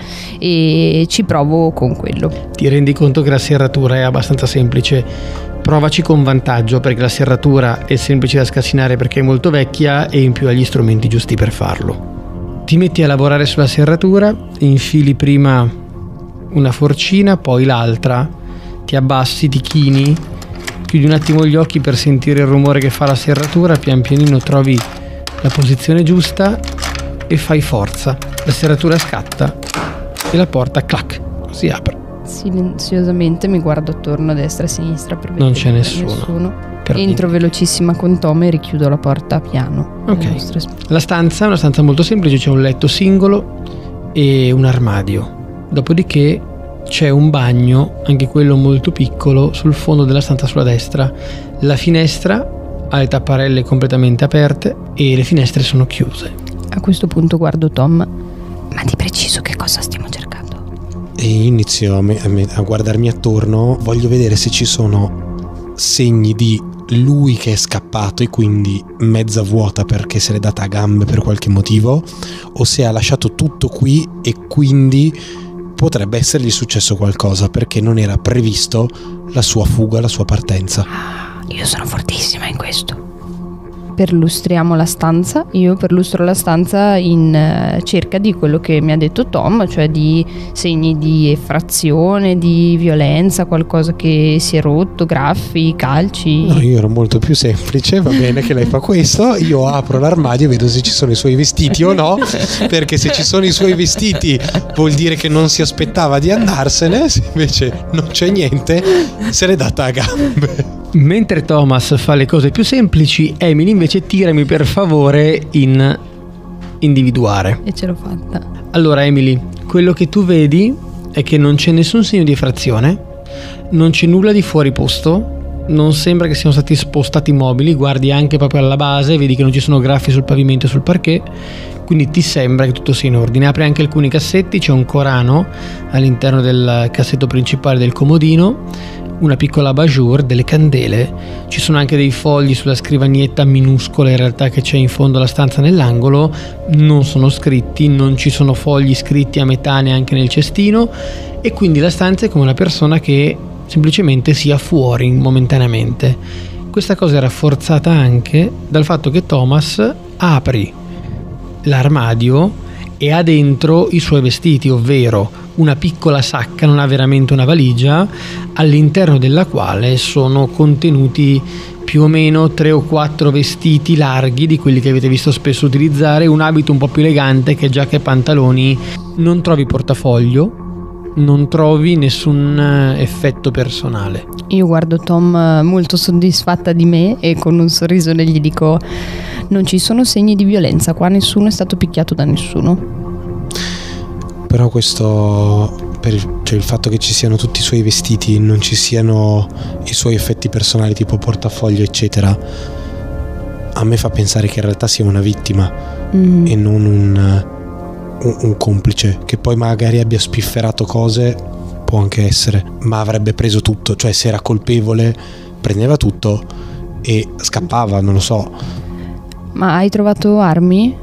e ci provo con quello. Ti rendi conto che la serratura è abbastanza semplice. Provaci con vantaggio, perché la serratura è semplice da scassinare perché è molto vecchia e in più hai gli strumenti giusti per farlo. Ti metti a lavorare sulla serratura, infili prima una forcina, poi l'altra, ti abbassi, ti chini, chiudi un attimo gli occhi per sentire il rumore che fa la serratura, pian pianino trovi la posizione giusta e fai forza. La serratura scatta e la porta, clac, si apre. Silenziosamente mi guardo attorno a destra e a sinistra per vedere non c'è nessuno, nessuno. Per Entro niente. velocissima con Tom e richiudo la porta piano. Ok. La stanza è una stanza molto semplice, c'è un letto singolo e un armadio. Dopodiché c'è un bagno, anche quello molto piccolo, sul fondo della stanza sulla destra. La finestra ha le tapparelle completamente aperte e le finestre sono chiuse. A questo punto guardo Tom. Ma di preciso che cosa stiamo cercando? E inizio a, me, a, me, a guardarmi attorno, voglio vedere se ci sono segni di lui che è scappato e quindi mezza vuota perché se l'è data a gambe per qualche motivo, o se ha lasciato tutto qui e quindi potrebbe essergli successo qualcosa perché non era previsto la sua fuga, la sua partenza. Io sono fortissima in questo. Perlustriamo la stanza. Io perlustro la stanza in cerca di quello che mi ha detto Tom, cioè di segni di effrazione, di violenza, qualcosa che si è rotto, graffi, calci. No, io ero molto più semplice, va bene che lei fa questo, io apro l'armadio e vedo se ci sono i suoi vestiti o no, perché se ci sono i suoi vestiti vuol dire che non si aspettava di andarsene, se invece non c'è niente se l'è data a gambe. Mentre Thomas fa le cose più semplici, Emily invece tirami per favore in individuare. E ce l'ho fatta. Allora Emily, quello che tu vedi è che non c'è nessun segno di effrazione, non c'è nulla di fuori posto, non sembra che siano stati spostati i mobili, guardi anche proprio alla base, vedi che non ci sono graffi sul pavimento e sul parquet, quindi ti sembra che tutto sia in ordine. Apri anche alcuni cassetti, c'è un Corano all'interno del cassetto principale del comodino, una piccola abajur, delle candele, ci sono anche dei fogli sulla scrivanietta minuscola in realtà che c'è in fondo alla stanza nell'angolo, non sono scritti, non ci sono fogli scritti a metà neanche nel cestino e quindi la stanza è come una persona che semplicemente sia fuori momentaneamente. Questa cosa è rafforzata anche dal fatto che Thomas apri l'armadio e ha dentro i suoi vestiti, ovvero una piccola sacca, non ha veramente una valigia, all'interno della quale sono contenuti più o meno tre o quattro vestiti larghi di quelli che avete visto spesso utilizzare, un abito un po' più elegante che giacca e pantaloni. Non trovi portafoglio, non trovi nessun effetto personale. Io guardo Tom molto soddisfatta di me e con un sorriso gli dico: non ci sono segni di violenza qua, nessuno è stato picchiato da nessuno. Però questo, per il, cioè il fatto che ci siano tutti i suoi vestiti, non ci siano i suoi effetti personali tipo portafoglio eccetera, a me fa pensare che in realtà sia una vittima mm. e non un, un, un complice, che poi magari abbia spifferato cose, può anche essere, ma avrebbe preso tutto, cioè se era colpevole prendeva tutto e scappava, non lo so. Ma hai trovato armi?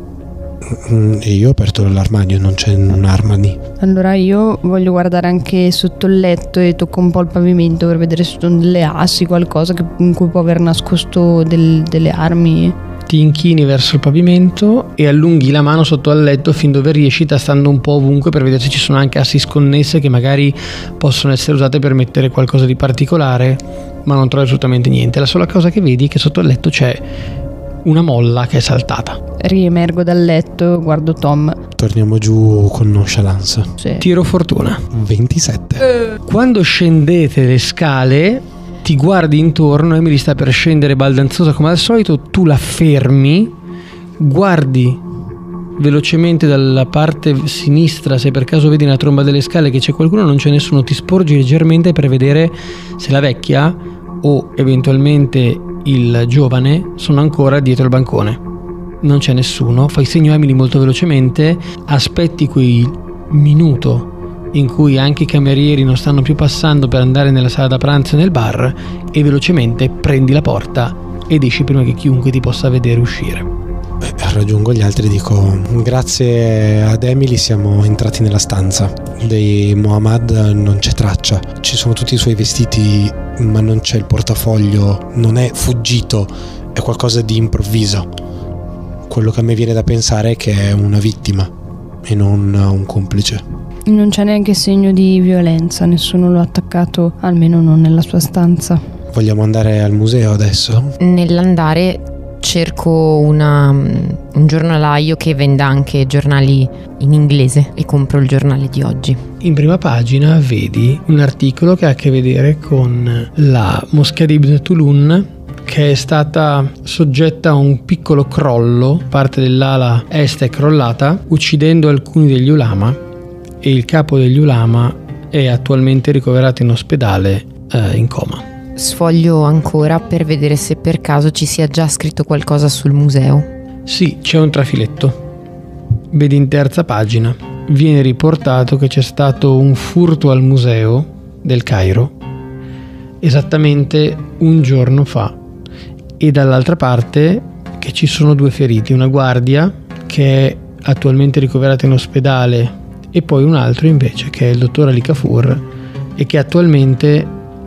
E io ho aperto l'armadio, non c'è un'arma lì. Allora io voglio guardare anche sotto il letto e tocco un po' il pavimento per vedere se ci sono delle assi, qualcosa che, in cui può aver nascosto del, delle armi. ti inchini verso il pavimento e allunghi la mano sotto al letto fin dove riesci, tastando un po' ovunque per vedere se ci sono anche assi sconnesse che magari possono essere usate per mettere qualcosa di particolare, ma non trovi assolutamente niente. La sola cosa che vedi è che sotto al letto c'è una molla che è saltata. Riemergo dal letto, guardo Tom. Torniamo giù con nonchalance. Sì. Tiro fortuna. ventisette. Quando scendete le scale, ti guardi intorno, Emily sta per scendere baldanzosa come al solito, tu la fermi, guardi velocemente dalla parte sinistra, se per caso vedi nella tromba delle scale che c'è qualcuno, non c'è nessuno, ti sporgi leggermente per vedere se la vecchia o eventualmente il giovane sono ancora dietro il bancone. Non c'è nessuno, fai segno a Emily molto velocemente, aspetti quel minuto in cui anche i camerieri non stanno più passando per andare nella sala da pranzo e nel bar, e velocemente prendi la porta ed esci prima che chiunque ti possa vedere uscire. Beh, raggiungo gli altri e dico: grazie ad Emily siamo entrati nella stanza. Dei Mohammad non c'è traccia, ci sono tutti i suoi vestiti ma non c'è il portafoglio, non è fuggito, è qualcosa di improvviso. Quello che a me viene da pensare è che è una vittima e non un complice. Non c'è neanche segno di violenza, nessuno l'ha attaccato, almeno non nella sua stanza. Vogliamo andare al museo adesso? Nell'andare cerco una, un giornalaio che venda anche giornali in inglese e compro il giornale di oggi. In prima pagina vedi un articolo che ha a che vedere con la moschea di Ibn Tulun, che è stata soggetta a un piccolo crollo, parte dell'ala est è crollata, uccidendo alcuni degli ulama, e il capo degli ulama è attualmente ricoverato in ospedale eh, in coma. Sfoglio ancora per vedere se per caso ci sia già scritto qualcosa sul museo. Sì, c'è un trafiletto. Vedi in terza pagina. Viene riportato che c'è stato un furto al museo del Cairo esattamente un giorno fa, e dall'altra parte che ci sono due feriti, una guardia che è attualmente ricoverata in ospedale e poi un altro invece che è il dottor Ali Kafur e che attualmente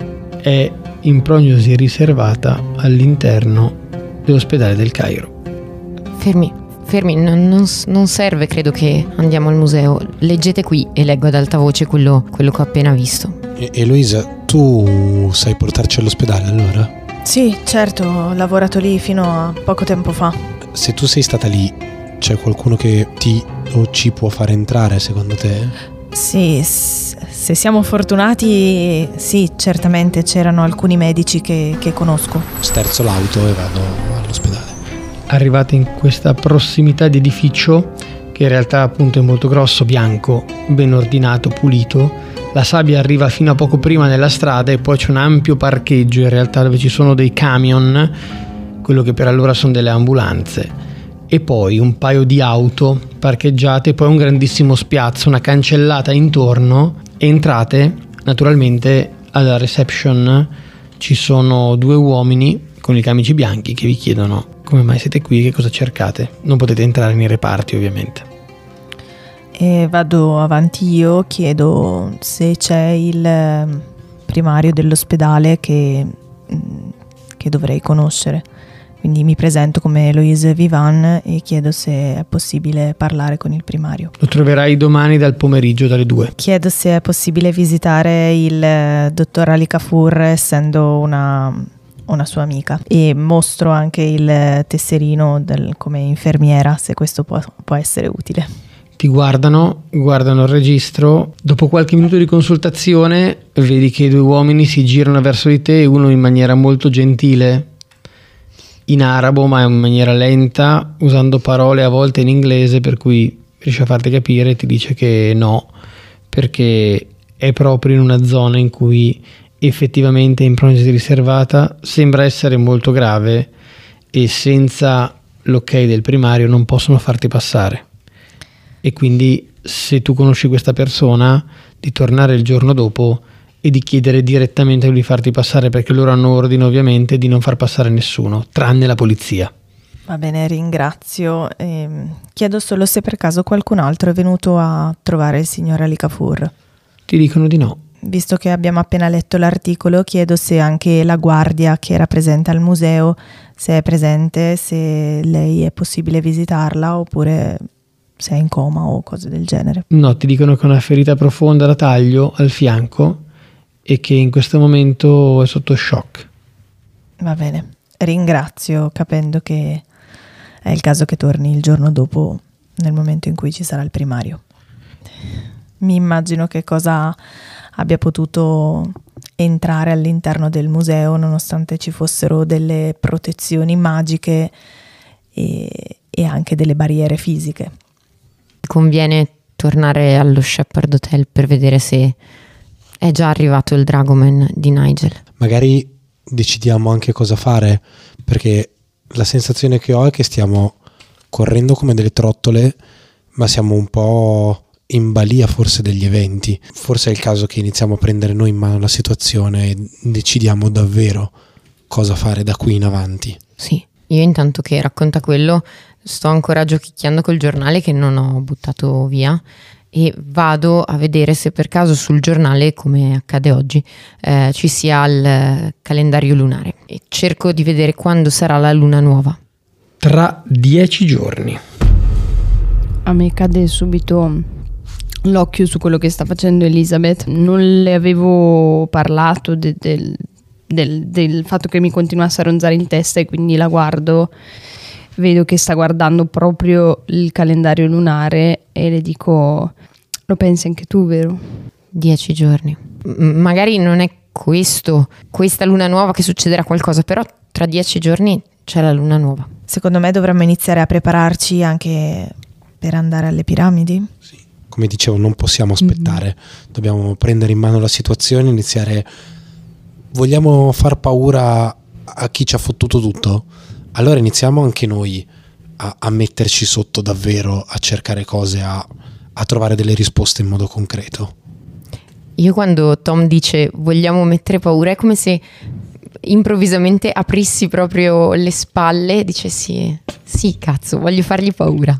è in prognosi riservata all'interno dell'ospedale del Cairo. Fermi, fermi, non, non, non serve, credo che andiamo al museo. Leggete qui e leggo ad alta voce quello, quello che ho appena visto. E- Eloisa, tu sai portarci all'ospedale allora? Sì, certo, ho lavorato lì fino a poco tempo fa. Se tu sei stata lì, c'è qualcuno che ti o ci può far entrare secondo te? Sì, s- se siamo fortunati, sì, certamente c'erano alcuni medici che, che conosco. Sterzo l'auto e vado all'ospedale. Arrivate in questa prossimità di edificio, che in realtà appunto è molto grosso, bianco, ben ordinato, pulito. La sabbia arriva fino a poco prima nella strada e poi c'è un ampio parcheggio in realtà dove ci sono dei camion, quello che per allora sono delle ambulanze, e poi un paio di auto parcheggiate, poi un grandissimo spiazzo, una cancellata intorno. Entrate, naturalmente alla reception ci sono due uomini con i camici bianchi che vi chiedono come mai siete qui, che cosa cercate. Non potete entrare nei reparti ovviamente. E vado avanti io, chiedo se c'è il primario dell'ospedale che, che dovrei conoscere. Quindi mi presento come Eloise Vivan e chiedo se è possibile parlare con il primario. Lo troverai domani dal pomeriggio dalle due. Chiedo se è possibile visitare il dottor Ali Kafur, essendo una, una sua amica, e mostro anche il tesserino del, come infermiera, se questo può, può essere utile. Ti guardano, guardano il registro. Dopo qualche minuto di consultazione vedi che i due uomini si girano verso di te, uno in maniera molto gentile in arabo ma in maniera lenta, usando parole a volte in inglese, per cui riesce a farti capire, ti dice che no, perché è proprio in una zona in cui effettivamente è in prognosi riservata, sembra essere molto grave e senza l'ok del primario non possono farti passare. E quindi se tu conosci questa persona, di tornare il giorno dopo e di chiedere direttamente di farti passare, perché loro hanno ordine ovviamente di non far passare nessuno, tranne la polizia. Va bene, ringrazio. E chiedo solo se per caso qualcun altro è venuto a trovare il signor Ali Kafur. Ti dicono di no. visto che abbiamo appena letto l'articolo, chiedo se anche la guardia che era presente al museo, se è presente, se lei è possibile visitarla oppure se è in coma o cose del genere. No, ti dicono che ha una ferita profonda da taglio al fianco e che in questo momento è sotto shock. Va bene, ringrazio, capendo che è il caso che torni il giorno dopo, nel momento in cui ci sarà il primario. Mi immagino che cosa abbia potuto entrare all'interno del museo nonostante ci fossero delle protezioni magiche e, e anche delle barriere fisiche. Conviene tornare allo Shepard Hotel per vedere se è già arrivato il Dragoman di Nigel. Magari decidiamo anche cosa fare, perché la sensazione che ho è che stiamo correndo come delle trottole, ma siamo un po' in balia forse degli eventi. Forse è il caso che iniziamo a prendere noi in mano la situazione e decidiamo davvero cosa fare da qui in avanti. Sì, io intanto che racconta quello sto ancora giochicchiando col giornale che non ho buttato via e vado a vedere se per caso sul giornale, come accade oggi, eh, ci sia il calendario lunare e cerco di vedere quando sarà la luna nuova. Tra dieci giorni. A me cade subito l'occhio su quello che sta facendo Elizabeth. Non le avevo parlato de- del, del, del fatto che mi continuasse a ronzare in testa e quindi la guardo, vedo che sta guardando proprio il calendario lunare e le dico: lo pensi anche tu, vero? Dieci giorni. M- magari non è questo, questa luna nuova che succederà qualcosa, però tra dieci giorni c'è la luna nuova. Secondo me dovremmo iniziare a prepararci anche per andare alle piramidi. Sì. Come dicevo, non possiamo aspettare, mm-hmm. Dobbiamo prendere in mano la situazione, iniziare. Vogliamo far paura a chi ci ha fottuto tutto? Allora iniziamo anche noi a, a metterci sotto davvero, a cercare cose, a, a trovare delle risposte in modo concreto. Io quando Tom dice vogliamo mettere paura è come se improvvisamente aprissi proprio le spalle e dicessi sì cazzo, voglio fargli paura.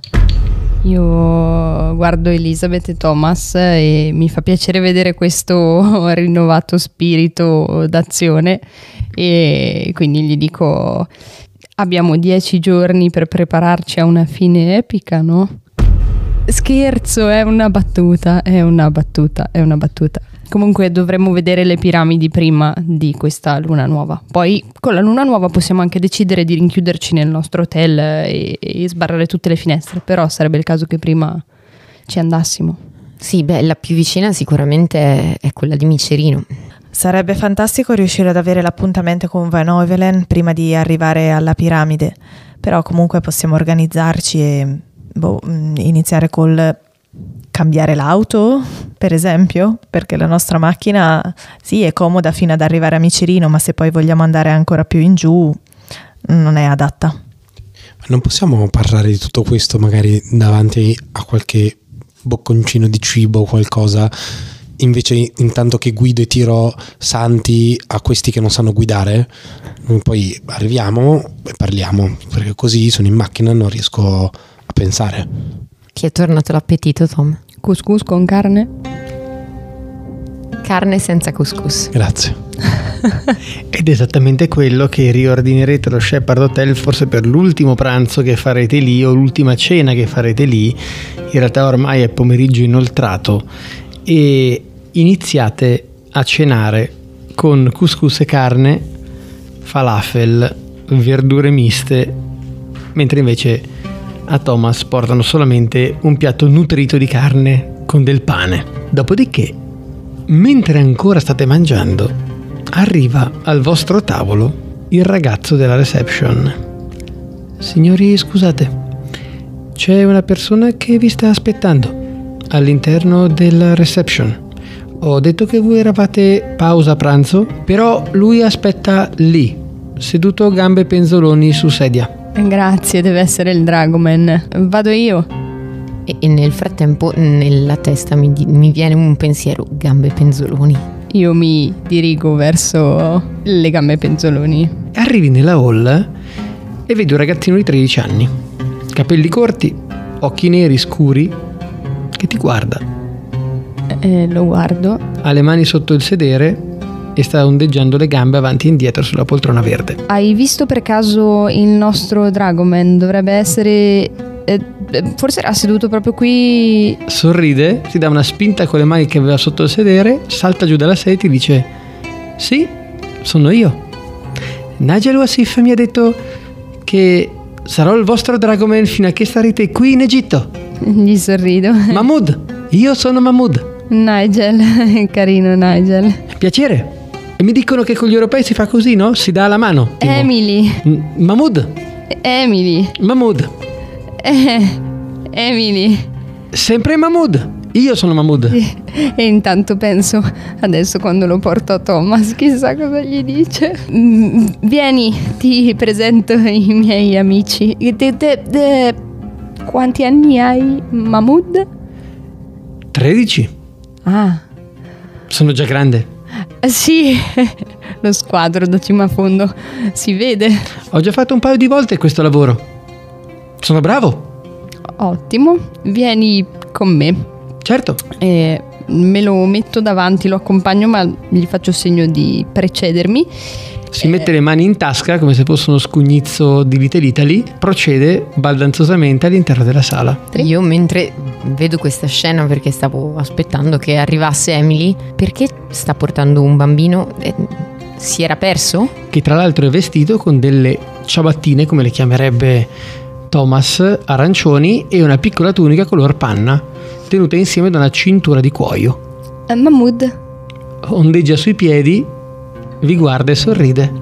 Io guardo Elizabeth e Thomas e mi fa piacere vedere questo rinnovato spirito d'azione e quindi gli dico: abbiamo dieci giorni per prepararci a una fine epica, no? Scherzo, è una battuta, è una battuta, è una battuta. Comunque dovremmo vedere le piramidi prima di questa luna nuova. Poi con la luna nuova possiamo anche decidere di rinchiuderci nel nostro hotel e, e sbarrare tutte le finestre, però sarebbe il caso che prima ci andassimo. Sì, beh, la più vicina sicuramente è, è quella di Micerino. Sarebbe fantastico riuscire ad avere l'appuntamento con Van Ovelen prima di arrivare alla piramide, però comunque possiamo organizzarci e boh, iniziare col cambiare l'auto, per esempio, perché la nostra macchina sì è comoda fino ad arrivare a Micerino, ma se poi vogliamo andare ancora più in giù non è adatta. Non possiamo parlare di tutto questo magari davanti a qualche bocconcino di cibo o qualcosa, invece intanto che guido e tiro santi a questi che non sanno guidare? Poi arriviamo e parliamo, perché così sono in macchina e non riesco a pensare. Ti è tornato l'appetito, Tom? Couscous con carne? Carne senza couscous. Grazie. Ed è esattamente quello che riordinerete allo Shepard Hotel, forse per l'ultimo pranzo che farete lì o l'ultima cena che farete lì. In realtà ormai è pomeriggio inoltrato e iniziate a cenare con couscous e carne, falafel, verdure miste, mentre invece a Thomas portano solamente un piatto nutrito di carne con del pane. Dopodiché, mentre ancora state mangiando, arriva al vostro tavolo il ragazzo della reception. Signori, scusate, c'è una persona che vi sta aspettando all'interno della reception. Ho detto che voi eravate pausa pranzo, però lui aspetta lì, seduto gambe penzoloni su sedia. Grazie, deve essere il Dragoman. Vado io. E, e nel frattempo nella testa mi, mi viene un pensiero: gambe penzoloni. Io mi dirigo verso le gambe penzoloni. Arrivi nella hall e vedi un ragazzino di tredici anni, capelli corti, occhi neri scuri, che ti guarda. Eh, lo guardo. Ha le mani sotto il sedere e sta ondeggiando le gambe avanti e indietro sulla poltrona verde. Hai visto per caso il nostro Dragoman? Dovrebbe essere... Eh, forse era seduto proprio qui. Sorride, ti dà una spinta con le mani che aveva sotto il sedere, salta giù dalla sedia e ti dice: sì, sono io. Nigel Wasif mi ha detto che sarò il vostro Dragoman fino a che starete qui in Egitto. Gli sorrido. Mahmood, io sono Mahmood. Nigel, carino Nigel. Piacere. E mi dicono che con gli europei si fa così, no? Si dà la mano. tipo. Emily. M- Mahmood. Emily. Mahmood. Eh, Emily. Sempre Mahmood. Io sono Mahmood. E intanto penso, adesso quando lo porto a Thomas, chissà cosa gli dice. Mm, Vieni, ti presento i miei amici. De- de- de- Quanti anni hai, Mahmood? tredici. Ah, Sono già grande. sì, lo squadro da cima a fondo, si vede. Ho già fatto un paio di volte questo lavoro. Sono bravo. Ottimo, vieni con me. Certo. Eh, me lo metto davanti, lo accompagno, ma gli faccio segno di precedermi. Si mette le mani in tasca come se fosse uno scugnizzo di Little Italy. Procede baldanzosamente all'interno della sala. Io mentre vedo questa scena, perché stavo aspettando che arrivasse Emily, perché sta portando un bambino? Eh, si era perso? Che tra l'altro è vestito con delle ciabattine, come le chiamerebbe Thomas, arancioni, e una piccola tunica color panna, tenuta insieme da una cintura di cuoio. Eh, Mahmood, Ondeggia sui piedi, vi guarda e sorride.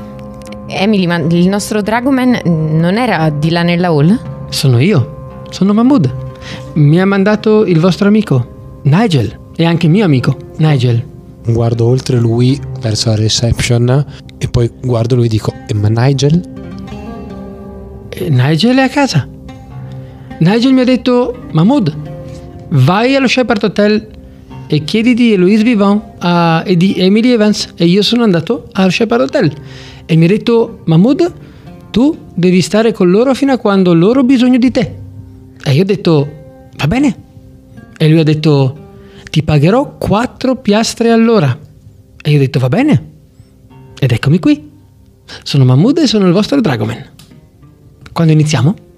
Emily, ma il nostro Dragoman non era di là nella hall? Sono io, sono Mahmood. Mi ha mandato il vostro amico, Nigel, e anche mio amico, Nigel. Guardo oltre lui verso la reception e poi guardo lui e dico: e ma Nigel? E Nigel è a casa. Nigel mi ha detto: Mahmood, vai allo Shepard Hotel e chiedi di Eloise Vivant a, e di Emily Evans. E io sono andato allo Shepard Hotel e mi ha detto: Mahmood, tu devi stare con loro fino a quando loro hanno bisogno di te. E io ho detto: va bene. E lui ha detto: ti pagherò quattro piastre all'ora. E io ho detto: va bene. Ed eccomi qui. Sono Mahmood e sono il vostro Dragoman. Quando iniziamo?